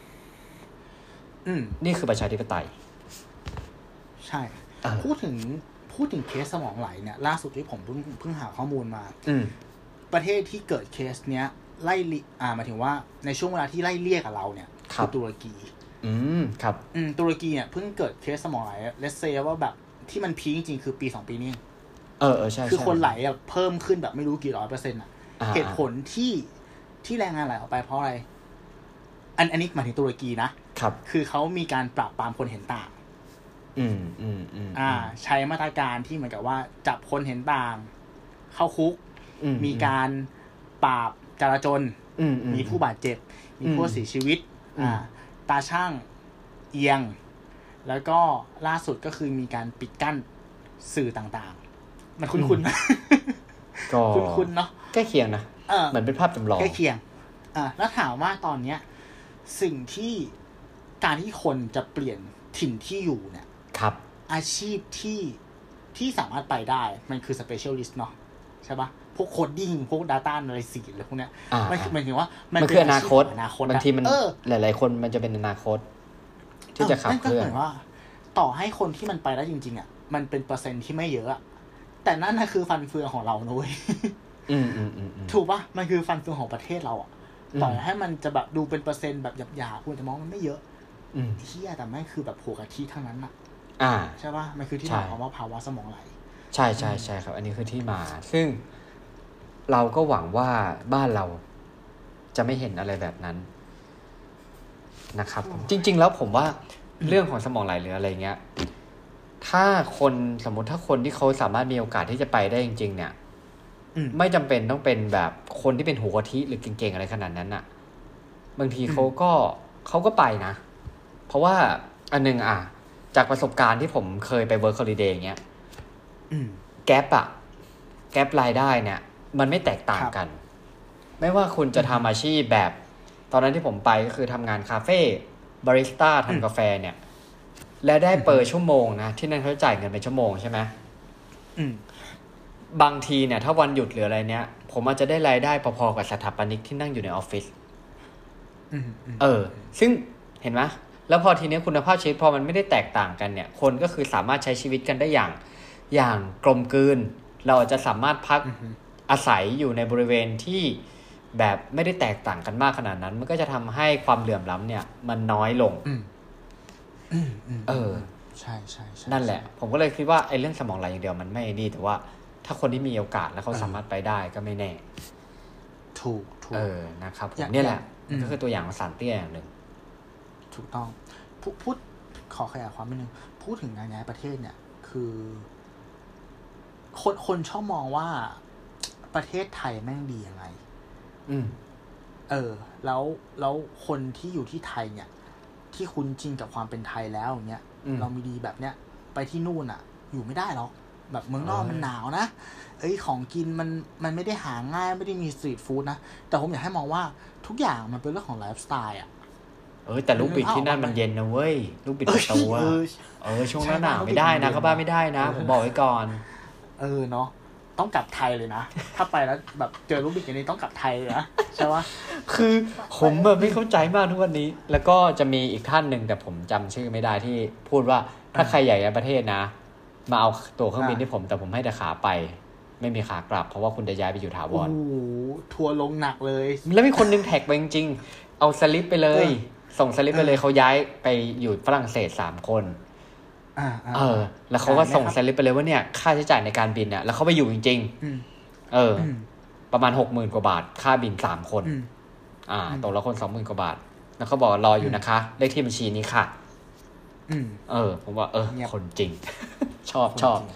นี่คือประชาธิปไตยใช่พูดถึงเคสสมองไหลเนี่ยล่าสุดที่ผมเพิ่งหาข้อมูลมาประเทศที่เกิดเคสเนี้ยไล่หมายถึงว่าในช่วงเวลาที่ไล่เลี่ยกับเราเนี่ยคือตุรกีครับตุรกีเนี่ยเพิ่งเกิดเคสสมองไหลเลสเซว่าแบบที่มันพีคจริงๆคือปี2ปีนี้ใช่คือคนไหลเพิ่มขึ้นแบบไม่รู้กี่100%อ่ะเหตุผลที่แรงงานไหลออกไปเพราะอะไรอันนี้หมายถึงตุรกีนะครับคือเขามีการปราบปรามคนเห็นต่างใช้มาตรการที่เหมือนกับว่าจับคนเห็นต่างเข้าคุกมีการปราบจราจรมีผู้บาดเจ็บมีผู้เสียชีวิตตาช่างเอียงแล้วก็ล่าสุดก็คือมีการปิดกั้นสื่อต่างๆมันคุ้นๆก็คุ้นๆเนาะใกล้เคียงนะเหมือนเป็นภาพจำลองใกล้เคียงแล้วถามว่าตอนเนี้ยสิ่งที่การที่คนจะเปลี่ยนถิ่นที่อยู่เนี่ยครับอาชีพที่สามารถไปได้มันคือ specialist เนาะใช่ปะพวกโคดดิ้งพวก data analysis อะไรพวกเนี้ยมันคือหมายถึงว่ามันคืออนาคตบางทีมันหลายๆคนมันจะเป็นอนาคตที่จะขับเคลื่อนก็เหมือนว่าต่อให้คนที่มันไปได้จริงๆอ่ะมันเป็นเปอร์เซ็นต์ที่ไม่เยอะแต่นั่นน่ะคือฟันเฟืองของเรานุ้ยถูกปะมันคือฟันเฟืองของประเทศเราอ่ะต่อให้มันจะแบบดูเป็นเปอร์เซ็นต์แบบหยาบๆคุณจะมองมันไม่เยอะที่แต่ไม่คือแบบหัวกะทิทั้งนั้นอ่ะใช่ปะมันคือที่มาของว่าภาวะสมองไหลใช่ใช่ใช่ครับอันนี้คือที่มาซึ่งเราก็หวังว่าบ้านเราจะไม่เห็นอะไรแบบนั้นนะครับจริงๆแล้วผมว่าเรื่องของสมองไหลหรืออะไรเงี้ยถ้าคนสมมติถ้าคนที่เขาสามารถมีโอกาสที่จะไปได้จริงๆเนี่ยไม่จำเป็นต้องเป็นแบบคนที่เป็นหัวกะทิหรือเก่งๆอะไรขนาดนั้นน่ะบางทีเขาก็ไปนะเพราะว่าอันนึงจากประสบการณ์ที่ผมเคยไปเวิร์คฮอลิเดย์อย่างเงี้ยแก๊ปรายได้เนี่ยมันไม่แตกต่างกันไม่ว่าคุณจะทำอาชีพแบบตอนนั้นที่ผมไปก็คือทำงานคาเฟ่บาริสต้าทำกาแฟเนี่ยและได้เปิดชั่วโมงนะที่นั่นเขาจ่ายเงินเป็นชั่วโมงใช่ไหมบางทีเนี่ยถ้าวันหยุดหรืออะไรเนี้ยผมอาจจะได้รายได้พอๆกับสถาปนิกที่นั่งอยู่ในออฟฟิศซึ่งเห็นไหมแล้วพอทีนี้คุณภาพชีวิตพอมันไม่ได้แตกต่างกันเนี่ยคนก็คือสามารถใช้ชีวิตกันได้อย่างกลมกลืนเราอาจจะสามารถพักอาศัยอยู่ในบริเวณที่แบบไม่ได้แตกต่างกันมากขนาดนั้นมันก็จะทำให้ความเหลื่อมล้ำเนี่ยมันน้อยลงใช่ใช่นั่นแหละผมก็เลยคิดว่าไอ้เรื่องสมองไหลอย่างเดียวมันไม่ดีแต่ว่าถ้าคนที่มีโอกาสแล้วเขาสามารถไปได้ก็ไม่แน่ถูกนะครับผมนี่แหละก็คือตัวอย่างของสารเตี้ยอย่างหนึ่งถูกต้องพูดขอขยายความนิดนึงพูดถึงงานย้ายประเทศเนี่ยคือคนชอบมองว่าประเทศไทยแม่งดียังไงแล้วคนที่อยู่ที่ไทยเนี่ยที่คุ้นชินกับความเป็นไทยแล้วอย่างเงี้ยเรามีดีแบบเนี้ยไปที่นู่นอยู่ไม่ได้หรอกแบบเมืองนอกมันหนาวนะของกินมันไม่ได้หาง่ายไม่ได้มีสตรีทฟู้ดนะแต่ผมอยากให้มองว่าทุกอย่างมันเป็นเรื่องของไลฟ์สไตล์แต่ลูกบิดที่นั่นมันเย็นนะเว้ยลูกบิดประตูช่วงหน้าหนาวไม่ได้นะเข้าบ้านไม่ได้นะผมบอกไว้ก่อนเนาะต้องกลับไทยเลยนะถ้าไปแล้วแบบเจอลูกบิดอย่างนี้ต้องกลับไทยเลยนะใช่ปะคือผมไม่เข้าใจมากทุกวันนี้แล้วก็จะมีอีกท่านหนึ่งแต่ผมจำชื่อไม่ได้ที่พูดว่าถ้าใครใหญ่ในประเทศนะมาเอาตั๋วเครื่องบินที่ผมแต่ผมให้แต่ขาไปไม่มีขากลับเพราะว่าคุณจะย้ายไปอยู่ถาวรทัวร์ลงหนักเลยแล้วมีคนนึงแท็กไปจริงๆเอาสลิปไปเลยส่งสลิปไปเลยเขาย้ายไปอยู่ฝรั่งเศส3 คนแล้วเขาก็ส่งสลิปไปเลยว่าเนี่ยค่าใช้จ่ายในการบินเนี่ยแล้วเขาไปอยู่จริงๆประมาณ 60,000 กว่าบาทค่าบิน3 คนตกละคน 20,000 กว่าบาทแล้วเขาบอกรออยู่นะคะเลขที่บัญชีนี้ค่ะผมว่าคนจริงชอบ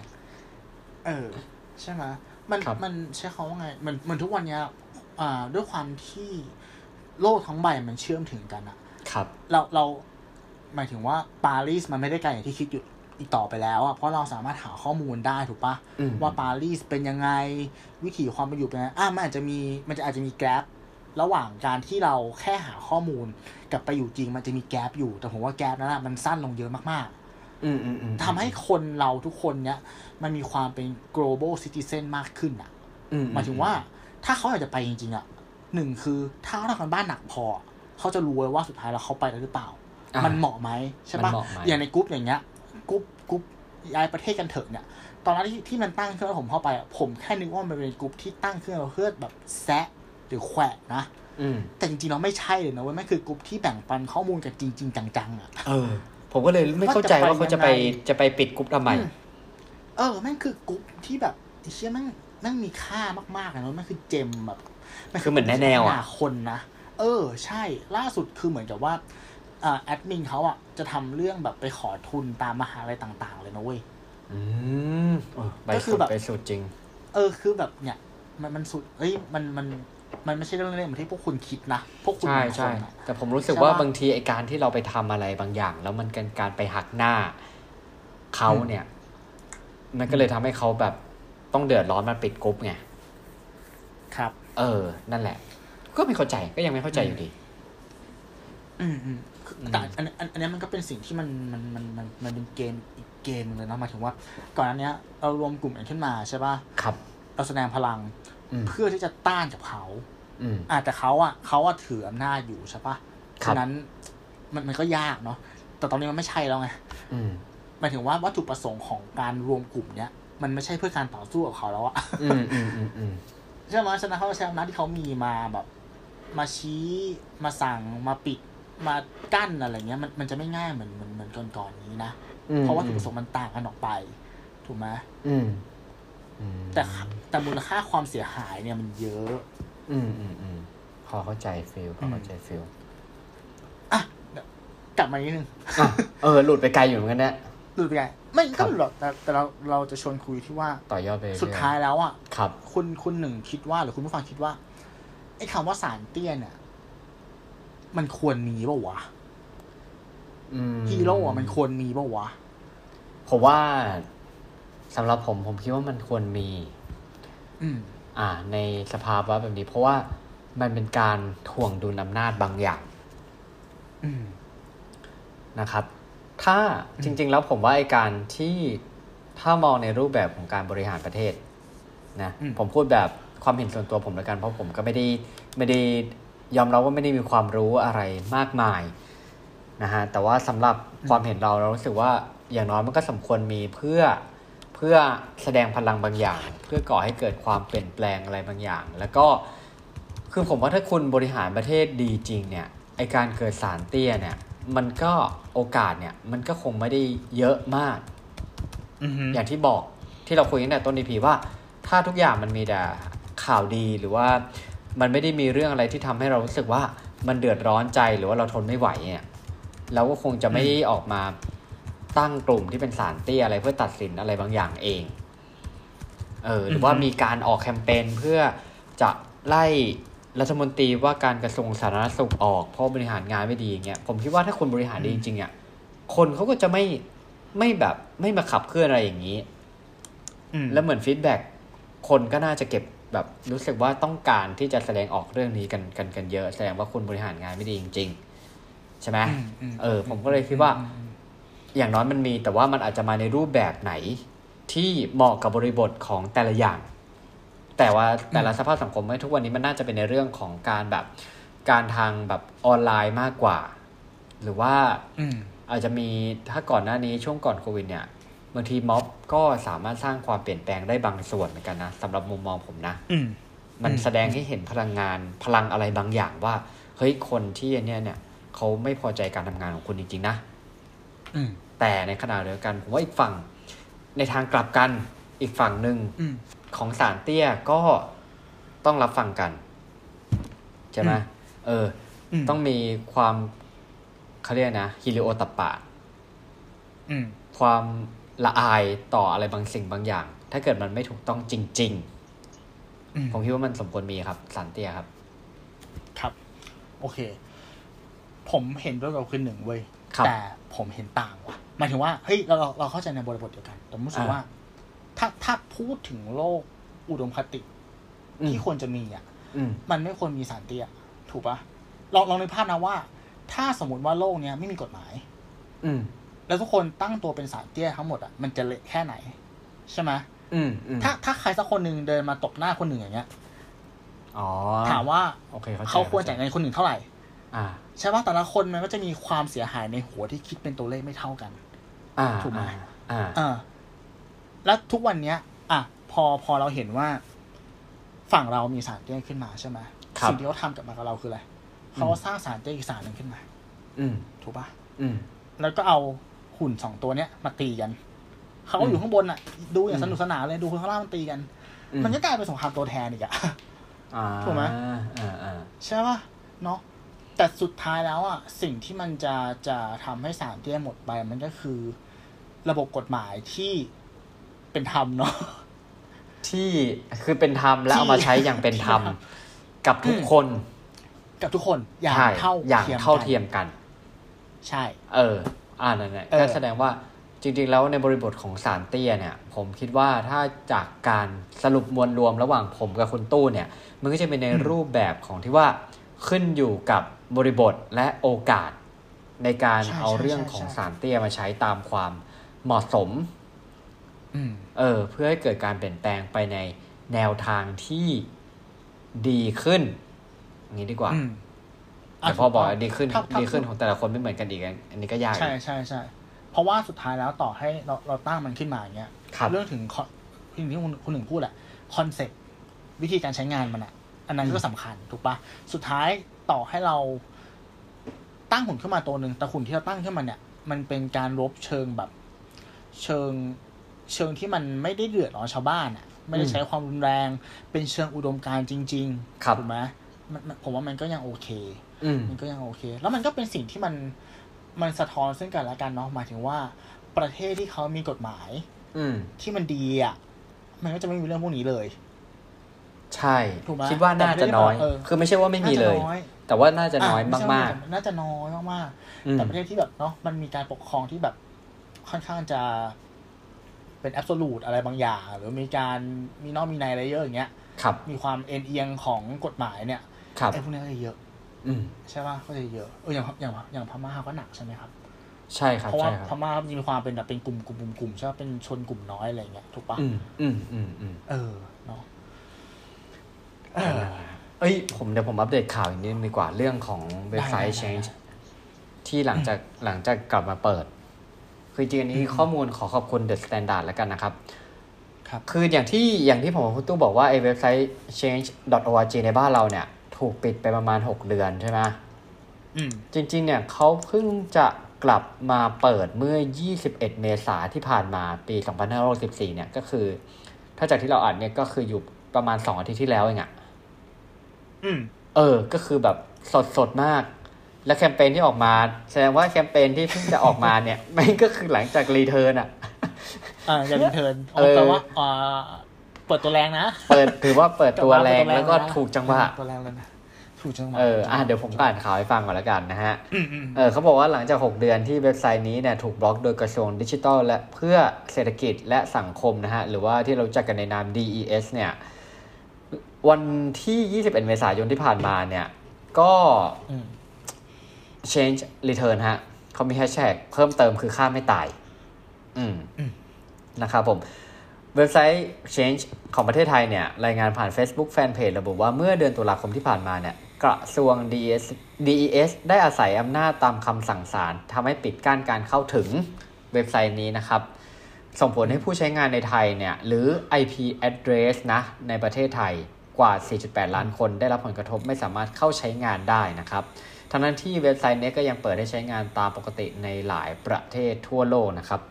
ใช่ไหมมันใช้คำว่าไงมันทุกวันเนี้ยด้วยความที่โลกทั้งใบมันเชื่อมถึงกันอะครับเราหมายถึงว่าปารีสมันไม่ได้ไกลอย่างที่คิดอยู่อีกต่อไปแล้วอะเพราะเราสามารถหาข้อมูลได้ถูกปะว่าปารีสเป็นยังไงวิถีความเป็นอยู่เป็นยังไงมันอาจจะมีแกลบระหว่างการที่เราแค่หาข้อมูลกับไปอยู่จริงมันจะมีแกลบอยู่แต่ผมว่าแกลบนั้นมันสั้นลงเยอะมากๆทำให้คนเราทุกคนเนี้ยมันมีความเป็น global citizen มากขึ้นอะหมายถึงว่าถ้าเขาอยากจะไปจริงๆอะหนึ่งคือถ้าเขาทำกันบ้านหนักพอเขาจะรู้ว่าสุดท้ายแล้วเขาไปได้หรือเปล่ามันเหมาะไหมใช่ปะอย่างในกรุ๊ปอย่างเงี้ยกรุ๊ปย้ายประเทศกันเถอะเนี่ยตอนนั้นที่มันตั้งขึ้นแล้วผมเข้าไปผมแค่นึกว่ามันเป็นกรุ๊ปที่ตั้งขึ้นเพื่อแบบแซะหรือแขวะนะแต่จริงๆเราไม่ใช่เลยนะเว้ยมันคือกรุ๊ปที่แบ่งปันข้อมูลกันจริงๆจังๆอ่ะผมก็เลยไม่เข้าใจว่าเขาจะไปปิดกรุ๊ปทำไมแม่งคือกรุ๊ปที่แบบเชี่ยแม่งมีค่ามากๆนะมันคือเจมแบบมันคือเหมือนแนวอ่ะคนนะใช่ล่าสุดคือเหมือนกับว่าแอดมินเขาอ่ะจะทำเรื่องแบบไปขอทุนตามมหาลัยต่างๆเลยนะเว้ยก็คือแบบไปสุดจริงคือแบบเนี่ยมันสุดมันไม่ใช่เรื่องเล่นเหมือนที่พวกคุณคิดนะพวกคุณใช่แต่ผมรู้สึกว่าบางทีไอ้การที่เราไปทำอะไรบางอย่างแล้วมันการไปหักหน้าเขาเนี่ยมันก็เลยทำให้เขาแบบต้องเดือดร้อนมาปิดกรุ๊ปไงครับนั่นแหละก็ไม่เข้าใจก็ยังไม่เข้าใจอยู่ดีแต่อันนี้มันก็เป็นสิ่งที่มันเป็นเกมอีกเกมนึงเลยนะหมายถึงว่าก่อนอันเนี้ยเรารวมกลุ่มกันขึ้นมาใช่ป่ะครับเราแสดงพลังเพื่อที่จะต้านกับเขาแต่เขาถืออำนาจอยู่ใช่ป่ะฉะนั้นมันก็ยากเนาะแต่ตอนนี้มันไม่ใช่แล้วไงหมายถึงว่าวัตถุประสงค์ของการรวมกลุ่มเนี้ยมันไม่ใช่เพื่อการต่อสู้กับเขาแล้วอะใช่ไหมฉะนั้นเขาใช้อำนาจที่เขามีมาแบบมาชี้มาสั่งมาปิดมากั้นอะไรเงี้ยมันจะไม่ง่ายเหมือนก่อนนี้นะเพราะว่าวัตถุประสงค์มันต่างกันออกไปถูกไหมแต่มูลค่าความเสียหายเนี่ยมันเยอะพอเข้าใจฟีลกลับมานิดนึงหลุดไปไกลอยู่เหมือนกันเนี่ยหลุดไปไกลไม่ก็หลุดแต่เราจะชวนคุยที่ว่าต่อยอดไปสุดท้ายแล้วอ่ะครับคุณหนึ่งคิดว่าหรือคุณผู้ฟังคิดว่าไอ้คำว่าศาลเตี้ยเนี่ยมันควรมีป่าววะฮีโร่อะมันควรมีป่าววะผมว่าสำหรับผมคิดว่ามันควรมีในสภาวะแบบนี้เพราะว่ามันเป็นการถ่วงดุลอำนาจบางอย่างนะครับถ้าจริงๆแล้วผมว่าไอ้การที่ถ้ามองในรูปแบบของการบริหารประเทศนะผมพูดแบบความเห็นส่วนตัวผมแล้วกันเพราะผมก็ไม่ได้ยอมรับว่าไม่ได้มีความรู้อะไรมากมายนะฮะแต่ว่าสำหรับความเห็นเรารู้สึกว่าอย่างน้อยมันก็สมควรมีเพื่อแสดงพลังบางอย่างเพื่อก่อให้เกิดความเปลี่ยนแปลงอะไรบางอย่างแล้วก็คือผมว่าถ้าคุณบริหารประเทศดีจริงเนี่ยไอการเกิดศาลเตี้ยเนี่ยมันก็โอกาสเนี่ยมันก็คงไม่ได้เยอะมากอย่างที่บอกที่เราคุยกันแต่ต้น EP ว่าถ้าทุกอย่างมันมีแต่ข่าวดีหรือว่ามันไม่ได้มีเรื่องอะไรที่ทำให้เรารู้สึกว่ามันเดือดร้อนใจหรือว่าเราทนไม่ไหวเนี่ยเราก็คงจะไม่ได้ออกมาตั้งกลุ่มที่เป็นศาลเตี้ยอะไรเพื่อตัดสินอะไรบางอย่างเองหรือว่ามีการออกแคมเปญเพื่อจะไล่รัฐมนตรีว่าการกระทรวงสาธารณสุขออกเพราะบริหารงานไม่ดีอย่างเงี้ยผมคิดว่าถ้าคนบริหารดีจริงๆอ่ะคนเขาก็จะไม่แบบไม่มาขับเคลื่อนอะไรอย่างนี้แล้วเหมือนฟีดแบ็กคนก็น่าจะเก็บแบบรู้สึกว่าต้องการที่จะแสดงออกเรื่องนี้กันเยอะแสดงว่าคุณบริหารงานไม่ดีจริงๆใช่ไหมผมก็เลยคิดว่าอย่างน้อยมันมีแต่ว่ามันอาจจะมาในรูปแบบไหนที่เหมาะกับบริบทของแต่ละอย่างแต่ว่าแต่ละสภาพสังคมทุกวันนี้มันน่าจะเป็นในเรื่องของการแบบการทางแบบออนไลน์มากกว่าหรือว่าอาจจะมีถ้าก่อนหน้านี้ช่วงก่อนโควิดเนี่ยบางทีม็อบก็สามารถสร้างความเปลี่ยนแปลงได้บางส่วนเหมือนกันนะสำหรับมุมมองผมนะมันแสดงให้เห็นพลังอะไรบางอย่างว่าเฮ้ยคนที่เนี่ยเขาไม่พอใจการทำงานของคุณจริงๆนะแต่ในขณะเดียวกันผมว่าอีกฝั่งในทางกลับกันอีกฝั่งหนึ่งของศาลเตี้ยก็ต้องรับฟังกันใช่ไหมต้องมีความเขาเรียกนะฮิริโอตัปปะความละอายต่ออะไรบางสิ่งบางอย่างถ้าเกิดมันไม่ถูกต้องจริงๆผมคิดว่ามันสมควรมีครับศาลเตี้ยครับครับโอเคผมเห็นด้วยกับคุณหนึ่งเว้ยแต่ผมเห็นต่างว่ะหมายถึงว่าเฮ้ยเราเข้าใจในบริบทเดียวกันแต่รู้สึกว่าถ้าพูดถึงโลกอุดมคติที่ควรจะมีอ่ะมันไม่ควรมีสารเตี้ยถูกปะลองนึกภาพนะว่าถ้าสมมติว่าโลกเนี้ยไม่มีกฎหมายแล้วทุกคนตั้งตัวเป็นสารเตี้ยทั้งหมดอ่ะมันจะเละแค่ไหนใช่ไหมถ้าใครสักคนหนึ่งเดินมาตบหน้าคนหนึ่งอย่างเงี้ยถามว่าเขาควรจ่ายเงินคนหนึ่งเท่าไหร่ใช่ป่ะแต่ละคนมันก็จะมีความเสียหายในหัวที่คิดเป็นตัวเลขไม่เท่ากันถูกไหมแล้วทุกวันเนี้ยพอเราเห็นว่าฝั่งเรามีสารเตี้ยขึ้นมาใช่ไหมสิ่งที่เขาทำกับเราคืออะไรเขาสร้างสารเตี้ยอีกสารหนึ่งขึ้นมาถูกป่ะแล้วก็เอาหุ่น2ตัวเนี้ยมาตีกันเขาก็อยู่ข้างบนอ่ะดูอย่างสนุกสนานเลยดูคนข้างล่างมันตีกันมันก็กลายเป็นสงครามตัวแทนอีกอ่ะถูกไหมใช่ป่ะเนาะแต่สุดท้ายแล้วอ่ะสิ่งที่มันจะทำให้สารเตี้ยหมดไปมันก็คือระบบกฎหมายที่เป็นธรรมเนาะที่คือเป็นธรรมและเอามาใช้อย่างเป็นธรรมกับทุกคนอย่างเท่าเทียมกันใช่นั่นแหละก็แสดงว่าจริงๆแล้วในบริบทของสารเตี้ยเนี่ยผมคิดว่าถ้าจากการสรุปมวลรวมระหว่างผมกับคุณตู้เนี่ยมันก็จะเป็นในรูปแบบของที่ว่าขึ้นอยู่กับบริบทและโอกาสในการเอาเรื่องของสารเตี้ยมาใช้ตามความเหมาะสมเพื่อให้เกิดการเปลี่ยนแปลงไปในแนวทางที่ดีขึ้นอย่างนี้ดีกว่าแต่พอบอกดีขึ้นของแต่ละคนไม่เหมือนกันอีกอันนี้ก็ยากใช่เพราะว่าสุดท้ายแล้วต่อให้เราตั้งมันขึ้นมาอย่างเงี้ยเรื่องถึงสิ่งที่คุณหนึ่งพูดแหละคอนเซ็ปต์วิธีการใช้งานมันอันนั้นก็สำคัญถูกปะสุดท้ายต่อให้เราตั้งหุ่นขึ้นมาตัวนึงแต่หุ่นที่เราตั้งขึ้นมาเนี่ยมันเป็นการรบเชิงแบบเชิงที่มันไม่ได้เดือดร้อนชาวบ้านไม่ได้ใช้ความรุนแรงเป็นเชิงอุดมการณ์จริงๆถูกไหมผมว่ามันก็ยังโอเคมันก็ยังโอเคแล้วมันก็เป็นสิ่งที่มันสะท้อนซึ่งกันและกันเนาะหมายถึงว่าประเทศที่เขามีกฎหมายที่มันดีมันก็จะไม่มีเรื่องพวกนี้เลยใช่คิดว่าน่าจะน้อยคือไม่ใช่ว่าไม่มีเลยแต่ว่าน่าจะน้อยมากๆน่าจะน้อยมากๆแต่ประเทศที่แบบเนาะมันมีการปกครองที่แบบค่อนข้างจะเป็นแอบโซลูทอะไรบางอย่างหรือมีการมีนอกมีในอะไรเยอะอย่างเงี้ยมีความเอ็นเอียงของกฎหมายเนี่ยไอ้พวกนี้ก็จะเยอะใช่ป่ะก็จะเยอะอย่างพม่าก็หนักใช่ไหมครับใช่ครับเพราะว่าพม่ามีความเป็นแบบเป็นกลุ่มใช่ป่ะเป็นชนกลุ่มน้อยอะไรเงี้ยถูกป่ะเนาะเดี๋ยวผมอัปเดตข่าวอีกนิดนึงดีกว่าเรื่องของเว็บไซต์ Change ที่หลังจากกลับมาเปิดคือจริงๆนี้ข้อมูลขอบคุณ The Standard แล้วกันนะครับคืออย่างที่ผมกับคุณตู้บอกว่าไอ้เว็บไซต์ change.org ในบ้านเราเนี่ยถูกปิดไปประมาณ6เดือนใช่ไหมจริงๆเนี่ยเขาเพิ่งจะกลับมาเปิดเมื่อ21เมษายนที่ผ่านมาปี2564เนี่ยก็คือถ้าจากที่เราอ่านเนี่ยก็คืออยู่ประมาณ2อาทิตย์ที่แล้วเองก็คือแบบสดมากและแคมเปญที่ออกมาแสดงว่าแคมเปญที่เพิ่งจะออกมาเนี่ยมันก็คือหลังจากรีเทิร์นจะรีเทิร์นแต่ว่าเปิดตัวแรงนะถือว่าเปิดตัวแรงแล้วก็ถูกจังหวะตัวแรงแล้วนะถูกจังหวะเดี๋ยวผมอ่านข่าวให้ฟังก่อนแล้วกันนะฮะเขาบอกว่าหลังจาก6เดือนที่เว็บไซต์นี้เนี่ยถูกบล็อกโดยกระทรวงดิจิทัลและเพื่อเศรษฐกิจและสังคมนะฮะหรือว่าที่เรารู้จักกันในนาม DES เนี่ยวันที่21เมษายนที่ผ่านมาเนี่ยก็change return ฮะเขามีแฮชแท็กเพิ่มเติมคือค่าไม่ตายนะครับผมเว็บไซต์ change ของประเทศไทยเนี่ยรายงานผ่าน Facebook Fanpage ระบุว่าเมื่อเดือนตุลาคมที่ผ่านมาเนี่ยกระทรวง DES ได้อาศัยอำนาจตามคำสั่งศาลทำให้ปิดกั้นการเข้าถึงเว็บไซต์นี้นะครับส่งผลให้ผู้ใช้งานในไทยเนี่ยหรือ IP address นะในประเทศไทยกว่า 4.8 ล้านคนได้รับผลกระทบไม่สามารถเข้าใช้งานได้นะครับทั้งนั้นที่เว็บไซต์นี้ก็ยังเปิดให้ใช้งานตามปกติในหลายประเทศทั่วโลกนะครับ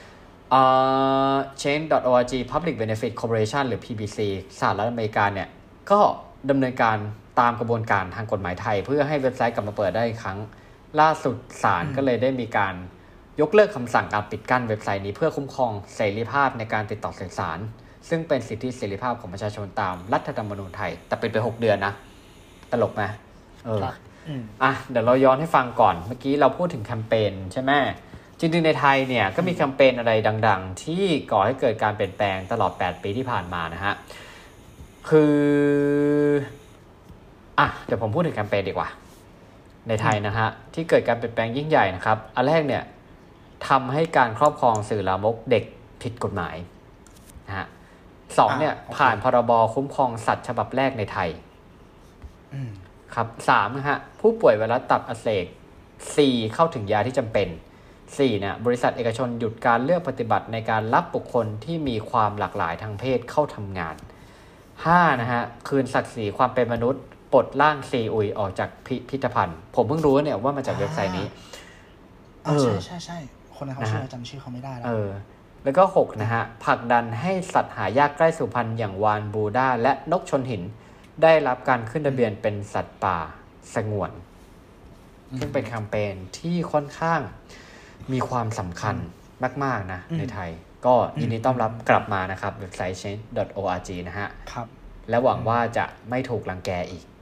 Change.org Public Benefit Corporation หรือ PBC สหรัฐอเมริกาเนี่ยก็ดำเนินการตามกระบวนการทางกฎหมายไทยเพื่อให้เว็บไซต์กลับมาเปิดได้อีกครั้งล่าสุดศาลก็เลยได้มีการยกเลิกคำสั่งการปิดกั้นเว็บไซต์นี้เพื่อคุ้มครองเสรีภาพในการติดต่อสื่อสารซึ่งเป็นสิทธิเสรีภาพของประชาชนตามรัฐธรรมนูญไทยแต่เป็นไป6เดือนนะตลกไหมเดี๋ยวเราย้อนให้ฟังก่อนเมื่อกี้เราพูดถึงแคมเปญใช่ไหมจริงๆในไทยเนี่ยก็มีแคมเปญอะไรดังๆที่ก่อให้เกิดการเปลี่ยนแปลงตลอด8ปีที่ผ่านมานะฮะคือเดี๋ยวผมพูดถึงแคมเปญดีกว่าในไทยนะฮะที่เกิดการเปลี่ยนแปลงยิ่งใหญ่นะครับอันแรกเนี่ยทำให้การครอบครองสื่อลามกเด็กผิดกฎหมายนะฮะ2เนี่ยผ่านพรบคุ้มครองสัตว์ฉบับแรกในไทยครับ3นะฮะผู้ป่วยไวรัสตับอักเสบ4เข้าถึงยาที่จำเป็น4เนี่ยบริษัทเอกชนหยุดการเลือกปฏิบัติในการรับบุคคลที่มีความหลากหลายทางเพศเข้าทำงาน5นะฮะคืนศักดิ์ศรีความเป็นมนุษย์ปลดร่างซีอุยออกจากพิพิธภัณฑ์ผมเพิ่งรู้เนี่ยว่ามาจากเว็บไซต์นี้ใช่คนนั้นเขาชื่อจำชื่อเขาไม่ได้แล้วก็6นะฮะผลักดันให้สัตว์หายากใกล้สูญพันธุ์อย่างวาฬบูด้าและนกชนหินได้รับการขึ้นทะเบียนเป็นสัตว์ป่าสงวนซึ่งเป็นแคมเปญที่ค่อนข้างมีความสำคัญมากๆนะในไทยก็ยินดีต้อนรับกลับมานะครับเว็บไซต์ change.org นะฮะครับและหวังว่าจะไม่ถูกรังแกอีก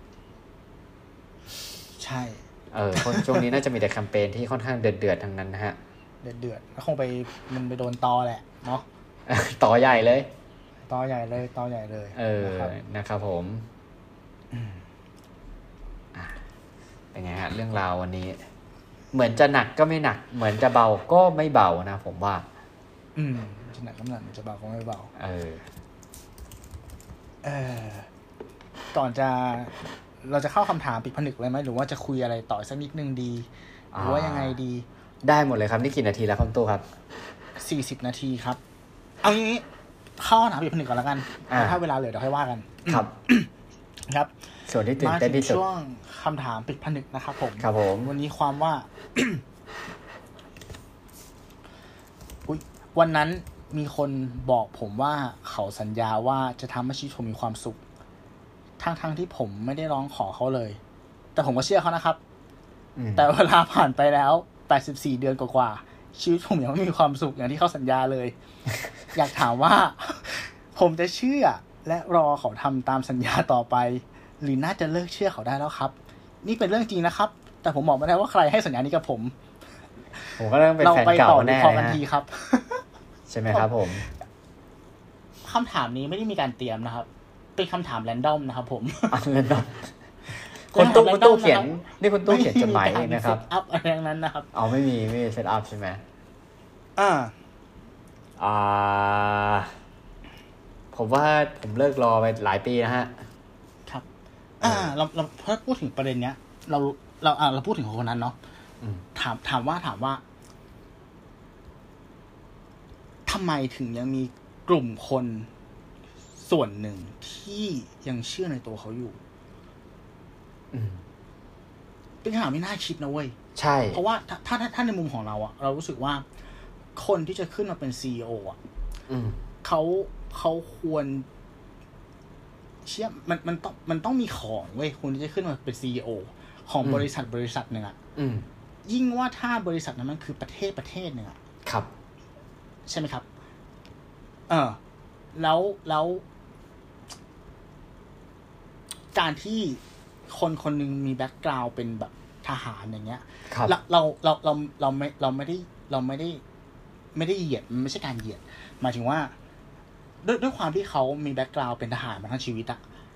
ใช่ช่วงนี้น่าจะมีแต่แคมเปญที่ค่อนข้างเดือดๆทั้งนั้นนะฮะเดือดแล้วคงมันไปโดนตอแหละเนาะต่อใหญ่เลยต่อใหญ่เลยนะครับผมเป็นไงฮะเรื่องราววันนี้เหมือนจะหนักก็ไม่หนักเหมือนจะเบาก็ไม่เบานะผมว่าจะหนักก็ไม่หนักจะเบาก็ไม่เบาก่อนเราจะเข้าคำถามปิดผนึกเลยไหมหรือว่าจะคุยอะไรต่อสักนิดนึงดีหรือว่ายังไงดีได้หมดเลยครับนี่กี่นาทีแล้วครับตู้ครับ40นาทีครับเอางี้เข้าคำถามปิดผนึกก่อนแล้วกันถ้าเวลาเหลือเดี๋ยวค่อยว่ากันครับครับส่วนที่ตื่นเต้นที่สุดช่วงคำถามปิดผนึกนะครับผมครับผมวันนี้ความว่า วันนั้นมีคนบอกผมว่าเขาสัญญาว่าจะทำให้ชีวิตผมมีความสุขทั้งที่ผมไม่ได้ร้องขอเขาเลยแต่ผมก็เชื่อเขานะครับแต่เวลาผ่านไปแล้ว84เดือนกว่าชีวิตผมยังไม่มีความสุขอย่างที่เขาสัญญาเลย อยากถามว่าผมจะเชื่อและรอเขาทำตามสัญญาต่อไปหรือน่าจะเลิกเชื่อเขาได้แล้วครับนี่เป็นเรื่องจริงนะครับแต่ผมบอกไม่ได้ว่าใครให้สัญญานี้กับผมก็ต้องเป็นแฟนเก่าแน่พอกันทีครับใช่ไหมครับผมคำถามนี้ไม่ได้มีการเตรียมนะครับเป็นคำถามแรนดอมนะครับผมแรนดอมคนตู้เขียนนี่คนตู้เขียนจดหมายเองนะครับอัพอะไรนั้นนะครับไม่มีเซตอัพใช่ไหมผมว่าผมเลิกรอไปหลายปีนะฮะครับเราถ้าพูดถึงประเด็นเนี้ยเราพูดถึงคนนั้นเนาะถามว่าทำไมถึงยังมีกลุ่มคนส่วนหนึ่งที่ยังเชื่อในตัวเขาอยู่เป็นคำถามที่น่าคิดนะเว้ยใช่เพราะว่าถ้าในมุมของเราอะเรารู้สึกว่าคนที่จะขึ้นมาเป็น CEO อะเขาควรเชื่อมันต้องมีของเว้ยคนที่จะขึ้นมาเป็น CEO ของบริษัทหนึ่งอะยิ่งว่าถ้าบริษัทนั้นมันคือประเทศหนึ่งอะครับใช่ไหมครับแล้วการที่คนหนึ่งมีแบ็คกราวด์เป็นแบบทหารอย่างเงี้ยเราไม่ได้เหยียดมันไม่ใช่การเหยียดหมายถึงว่าด้วยความที่เขามีแบ็คกราวด์เป็นทหารมาทั้งชีวิตอะ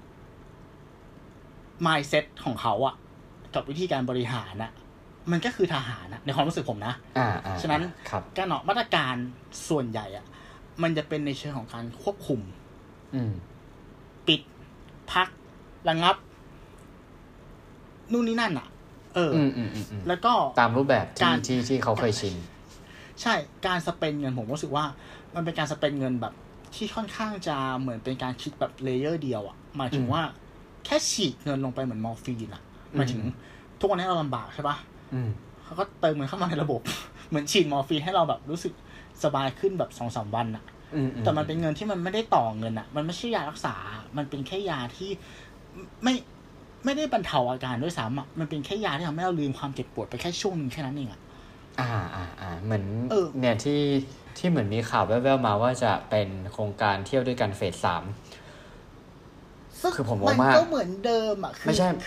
mindset ของเขาอะกับวิธีการบริหารอะมันก็คือทหารนะในความรู้สึกผมนะฉะนั้นการออกมาตรการส่วนใหญ่อะมันจะเป็นในเชิงของการควบคุมปิดพักระงับนู่นนี่นั่นอ่ะแล้วก็ตามรูปแบบที่เขาเคยชินใช่การสเปนเงินผมรู้สึกว่ามันเป็นการสเปนเงินแบบที่ค่อนข้างจะเหมือนเป็นการคิดแบบเลเยอร์เดียวอ่ะหมายถึงว่าแค่ฉีดเงินลงไปเหมือนมอร์ฟีนอ่ะหมายถึงทุกวันนี้เราลำบากใช่ปะเขาก็เติมเงินเข้ามาในระบบเหมือนฉีดมอร์ฟีนให้เราแบบรู้สึกสบายขึ้นแบบ 2-3 วันอ่ะแต่มันเป็นเงินที่มันไม่ได้ต่อเงินอ่ะมันไม่ใช่ยารักษามันเป็นแค่ยาที่ไม่ได้บรรเทาอาการด้วยซ้ำอ่ะมันเป็นแค่ยาที่ทำให้เราลืมความเจ็บปวดไปแค่ช่วงนึงแค่นั้นเองอ่ะเหมือนเนี่ยที่เหมือนมีข่าวแว่วๆมาว่าจะเป็นโครงการเที่ยวด้วยกันเฟส 3คือผมว่ามันก็เหมือนเดิมอ่ะไม่ใช่คือ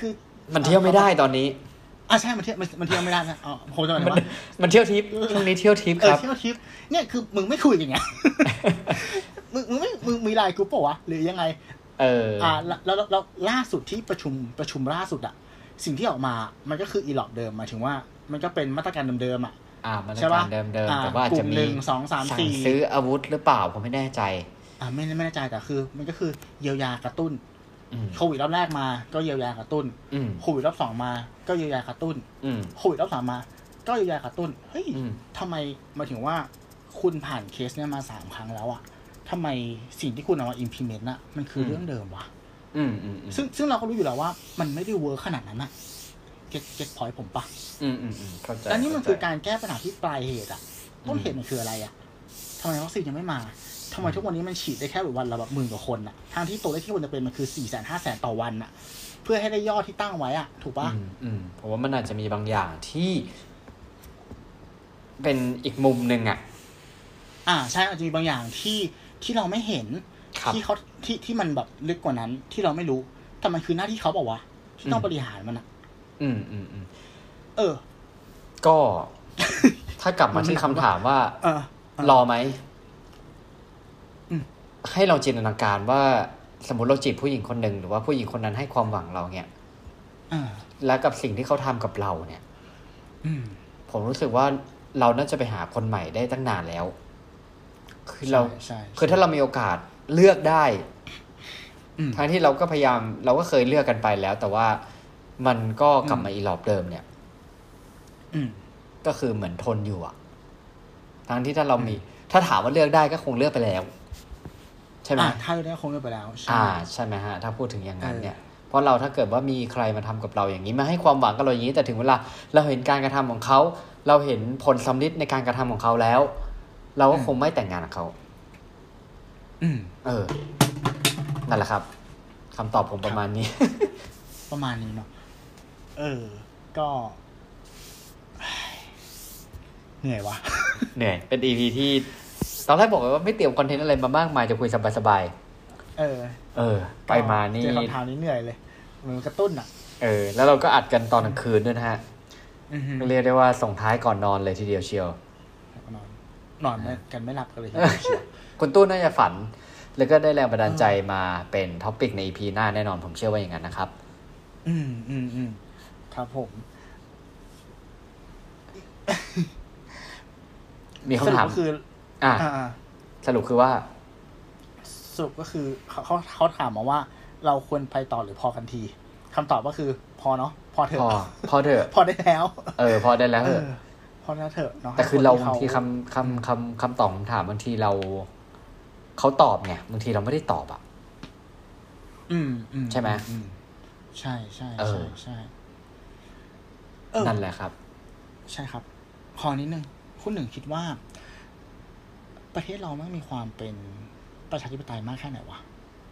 มันเที่ยวไม่ได้ตอนนี้ใช่มันเที่ยวไม่ได้นะผมจะหมายว่ามันเที่ยวทิปช่วงนี้เที่ยวทิปครับเที่ยวทิปเนี่ยคือมึงไม่คุยอย่างเงี้ยมึงไม่มีไลน์กรุ๊ปป่ะวะหรือยังไงแล้วล่าสุดที่ประชุมล่าสุดอะสิ่งที่ออกมามันก็คืออีหลอบเดิมหมายถึงว่ามันก็เป็นมาตรการเดิมๆอะมาตรการเดิมๆแต่ว่าจะมี 1 2 3 4 ซื้ออาวุธหรือเปล่าผมไม่แน่ใจไม่แน่ใจแต่คือมันก็คือเยียวยากระตุ้นโควิดรอบแรกมาก็เยียวยากระตุ้นโควิดรอบ2มาก็เยียวยากระตุ้นโควิดรอบ3มาก็เยียวยากระตุ้นเฮ้ยทำไมมาถึงว่าคุณผ่านเคสเนี่ยมา3 ครั้งแล้วอะทำไมสิ่งที่คุณเอามา implement น่ะมันคือเรื่องเดิมวะซึ่งเราก็รู้อยู่แล้วว่ามันไม่ได้เวิร์คขนาดนั้นอะเก็ตพอยต์ผมปะเข้าใจแล้วนี่มันคือการแก้ปัญหาที่ปลายเหตุอะต้นเหตุมันคืออะไรอะทำไมวัคซีนยังไม่มาทำไมทุกวันนี้มันฉีดได้แค่วันละแบบ10,000 กว่าคนอะทางที่ตัวเลขที่ควรจะเป็นมันคือ 400,000-500,000 ต่อวันอะเพื่อให้ได้ยอดที่ตั้งไว้อะถูกปะผมว่ามันอาจจะมีบางอย่างที่เป็นอีกมุมนึงอะใช่อาจจะมีบางอย่างที่เราไม่เห็นที่เขาที่มันแบบลึกกว่านั้นที่เราไม่รู้แต่มันคือหน้าที่เขาบอกว่าที่ต้องบริหารมันอ่ะก็ถ้ากลับมาที่คำถามว่ารอไหมให้เราจินตนาการว่าสมมติเราจีบผู้หญิงคนหนึ่งหรือว่าผู้หญิงคนนั้นให้ความหวังเราเนี่ยแล้วกับสิ่งที่เขาทำกับเราเนี่ยผมรู้สึกว่าเราน่าจะไปหาคนใหม่ได้ตั้งนานแล้วคือถ้าเรามีโอกาสเลือกได้ทั้งที่เราก็พยายามเราก็เคยเลือกกันไปแล้วแต่ว่ามันก็กลับมาอีหลอบเดิมเนี่ยก็คือเหมือนทนอยู่ทั้งที่ถ้าเรามีถ้าถามว่าเลือกได้ก็คงเลือกไปแล้วใช่ไหมถ้าเลือกได้คงเลือกไปแล้วใช่ไหมฮะถ้าพูดถึงอย่างนั้นเนี่ยเพราะเราถ้าเกิดว่ามีใครมาทำกับเราอย่างนี้มาให้ความหวังกับเราอย่างนี้แต่ถึงเวลาเราเห็นการกระทำของเขาเราเห็นผลสำลิดในการกระทำของเขาแล้วเราก็คงไม่แต่งงานกับเขานั่นแหละครับคำตอบผมประมาณนี้ประมาณนี้เนาะก็ เหนื่อยวะเหนื่อยเป็น EP ที่ตอนแรกบอกว่าไม่เตรียมคอนเทนต์อะไรมามากมายจะคุยสบายๆไปมานี่เจอคำถามนี้เหนื่อยเลยมันกระตุ้นแล้วเราก็อัดกันตอนกลางคืนด้วยนะฮะเรียกได้ว่าส่งท้ายก่อนนอนเลยทีเดียวเชียวนอนกันไม่หลับกันเลยทีเดียวเชียวคุณตู้น่าจะฝันแล้วก็ได้แรงบันดาลใจมาเป็นท็อปิกใน EP หน้าแน่นอนผมเชื่อว่าอย่างนั้นนะครับครับผมมีคำถามคือสรุปคือว่าสรุปก็คือเขาถามมาว่าเราควรไปต่อหรือพอกันทีคำตอบก็คือพอเนาะพอเถอะพอเถอะพอได้แล้วพอได้แล้วเถอะพอแล้วเถอะเนาะแต่คือเราบางทีคำตอบคำถามบางทีเขาตอบไงบางทีเราไม่ได้ตอบใช่ไหมใช่ใช่ใช่นั่นแหละครับใช่ครับขอนิดนึงคุณหนึ่งคิดว่าประเทศเรามันมีความเป็นประชาธิปไตยมากแค่ไหนวะ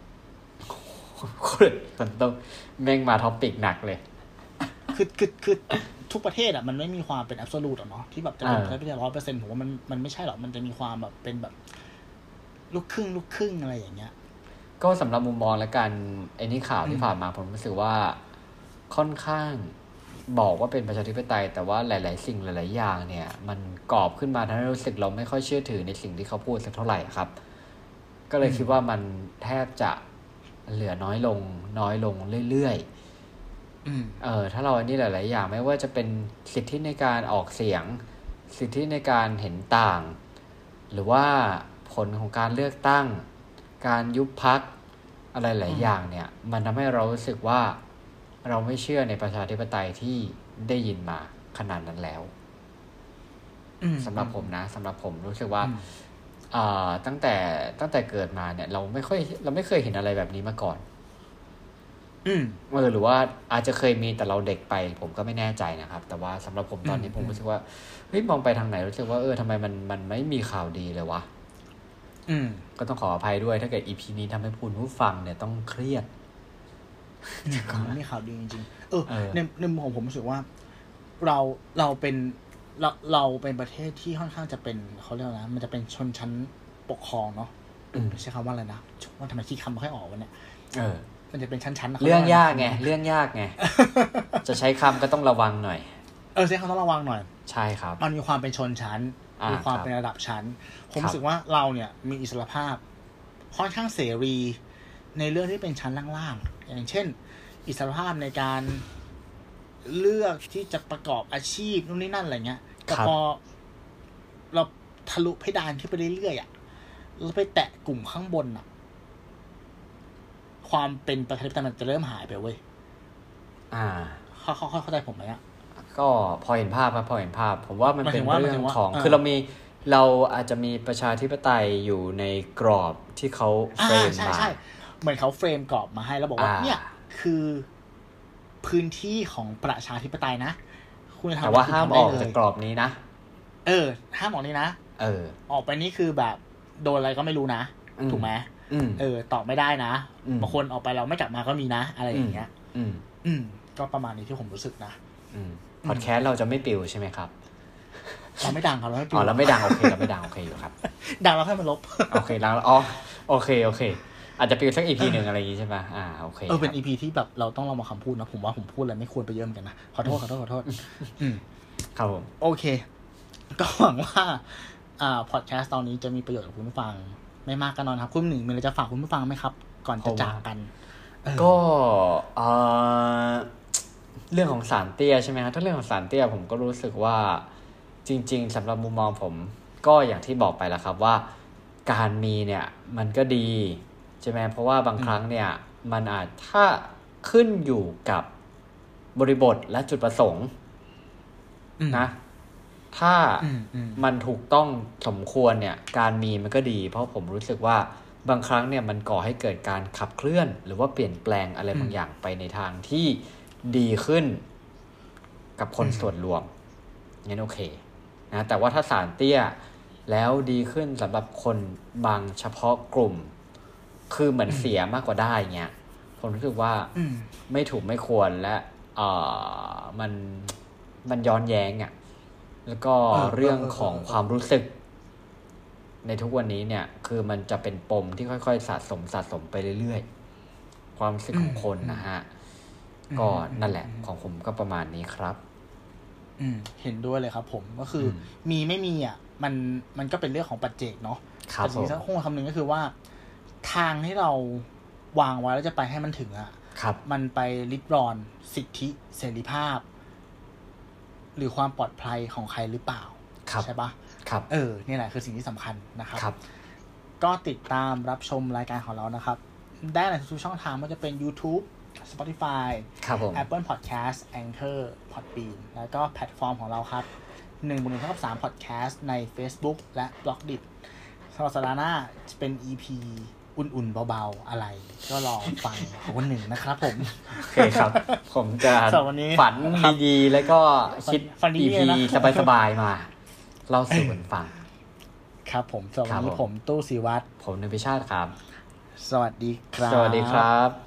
มันต้องแม่งมาท็อปิกหนักเลยคือทุกประเทศมันไม่มีความเป็น absolute หรอกเนาะที่แบบจะเป็นประชาธิปไตย 100% ผมว่ามันไม่ใช่หรอกมันจะมีความแบบเป็นแบบลูกครึ่งอะไรอย่างเงี้ยก็สำหรับมุมมองและการไอ้นี่ข่าวที่ผ่านมาผมรู้สึกว่าค่อนข้างบอกว่าเป็นประชาธิปไตยแต่ว่าหลายๆสิ่งหลายๆอย่างเนี่ยมันกรอบขึ้นมาทำให้รู้สึกเราไม่ค่อยเชื่อถือในสิ่งที่เขาพูดสักเท่าไหร่ครับก็เลยคิดว่ามันแทบจะเหลือน้อยลงเรื่อยๆถ้าเราอันนี้หลายๆอย่างไม่ว่าจะเป็นสิทธิในการออกเสียงสิทธิในการเห็นต่างหรือว่าผลของการเลือกตั้งการยุบพรรคอะไรหลายอย่างเนี่ยมันทำให้เรารู้สึกว่าเราไม่เชื่อในประชาธิปไตยที่ได้ยินมาขนาดนั้นแล้วสำหรับผมนะสำหรับผมรู้สึกว่าตั้งแต่เกิดมาเนี่ยเราไม่เคยเห็นอะไรแบบนี้มาก่อนหรือว่าอาจจะเคยมีแต่เราเด็กไปผมก็ไม่แน่ใจนะครับแต่ว่าสำหรับผมตอนนี้ผมรู้สึกว่าเฮ้ยมองไปทางไหนรู้สึกว่าทำไมมันไม่มีข่าวดีเลยวะก็ต้องขออภัยด้วยถ้าเกิด EP นี้ทำให้ผู้ฟังเนี่ยต้องเครียดไม่ข่าวดีจริงๆในมุมของผมรู้สึกว่าเราเป็นประเทศที่ค่อนข้างจะเป็นเขาเรียกนะมันจะเป็นชนชั้นปกครองเนาะใช้คำว่าอะไรนะว่าทำไมคิดคำไม่ค่อยออกวะเนี่ยมันจะเป็นชั้นๆเรื่องยากไงจะใช้คำก็ต้องระวังหน่อยใช้คำต้องระวังหน่อยใช่ครับมันมีความเป็นชนชั้นมีความเป็นระดับชั้นผมรู้สึกว่าเราเนี่ยมีอิสรภาพค่อนข้างเสรีในเรื่องที่เป็นชั้นล่างๆอย่างเช่นอิสรภาพในการเลือกที่จะประกอบอาชีพนู่นนี่นั่นอะไรเงี้ยแต่พอเราทะลุเพดานขึ้นไปเรื่อยๆเราไปแตะกลุ่มข้างบนความเป็นประชาธิปไตยมันจะเริ่มหายไปเว้ยเข้าใจผมไหมก็พอเห็นภาพครับพอเห็นภาพผมว่ามันเป็นเรื่องของคือเราอาจจะมีประชาธิปไตยอยู่ในกรอบที่เขาเฟรมมาใช่เหมือนเขาเฟรมกรอบมาให้แล้วบอกว่าเนี่ยคือพื้นที่ของประชาธิปไตยนะคุณทำแต่ว่าห้ามออกจากกรอบนี้นะห้ามออกนี้นะออกไปนี่คือแบบโดนอะไรก็ไม่รู้นะถูกไหมตอบไม่ได้นะบางคนออกไปเราไม่กลับมาก็มีนะอะไรอย่างเงี้ยก็ประมาณนี้ที่ผมรู้สึกนะพอดแคสต์เราจะไม่ปิวใช่ไหมครับเราไม่ดังครับเราไม่ปิวเราไม่ดังโอเคเราไม่ดังโอเคอยู่ครับดังแล้วแค่มันลบโอเคดังแล้วโอเคอาจจะปิวสัก EP นึงอะไรอย่างงี้ใช่ป่ะโอเคเป็น EP ที่แบบเราต้องระวังคำพูดนะผมว่าผมพูดอะไรไม่ควรไปเยอะเหมือนกันนะขอโทษครับผมโอเคก็หวังว่าพอดแคสต์ตอนนี้จะมีประโยชน์กับคุณผู้ฟังไม่มากก็น้อยครับคุณหนึ่งมีอะไรจะฝากคุณผู้ฟังไหมครับก่อนจะจากกันก็เรื่องของสารเตี้ยใช่ไหมครับถ้าเรื่องของสารเตี้ยผมก็รู้สึกว่าจริงๆสำหรับมุมมองผมก็อย่างที่บอกไปแล้วครับว่าการมีเนี่ยมันก็ดีใช่ไหมเพราะว่าบางครั้งเนี่ยมันอาจถ้าขึ้นอยู่กับบริบทและจุดประสงค์นะถ้ามันถูกต้องสมควรเนี่ยการมีมันก็ดีเพราะผมรู้สึกว่าบางครั้งเนี่ยมันก่อให้เกิดการขับเคลื่อนหรือว่าเปลี่ยนแปลงอะไรบางอย่างไปในทางที่ดีขึ้นกับคนส่วนรวมงั้นโอเคนะแต่ว่าถ้าสารเตี้ยแล้วดีขึ้นสำหรับคนบางเฉพาะกลุ่มคือเหมือนเสียมากกว่าได้เงี้ยผมรู้สึกว่าไม่ถูกไม่ควรและมันย้อนแย้งอ่ะแล้วก็เรื่องของความรู้สึกในทุกวันนี้เนี่ยคือมันจะเป็นปมที่ค่อยๆสะสมไปเรื่อยๆความรู้สึกของคนนะฮะก็นั่นแหละของผมก็ประมาณนี้ครับเห็นด้วยเลยครับผมก็คือมีไม่มีมันก็เป็นเรื่องของปัจเจกเนาะแต่สิ่งที่คำนึงก็คือว่าทางที่เราวางไว้แล้วจะไปให้มันถึงมันไปริดรอนสิทธิเสรีภาพหรือความปลอดภัยของใครหรือเปล่าใช่ปะนี่แหละคือสิ่งที่สำคัญนะครับก็ติดตามรับชมรายการของเรานะครับได้ในทุกช่องทางไม่ว่าจะเป็น YouTube Spotify Apple Podcast Anchor Podbean แล้วก็แพลตฟอร์มของเราครับ1+1=3 Podcast ใน Facebook และ Blogdit สำหรับสัปดาห์หน้าจะเป็น EP อุ่นๆเบาๆอะไรก็รอฟังของคนหนึ่งนะครับผมโอเคครับผมจะฝันดีๆแล้วก็คิด EP สบายๆมาเล่าสู่กันฟังครับผมสวัสดีผมตู้ศิวัตรผมนพิชาติครับสวัสดีครับสวัสดีครับ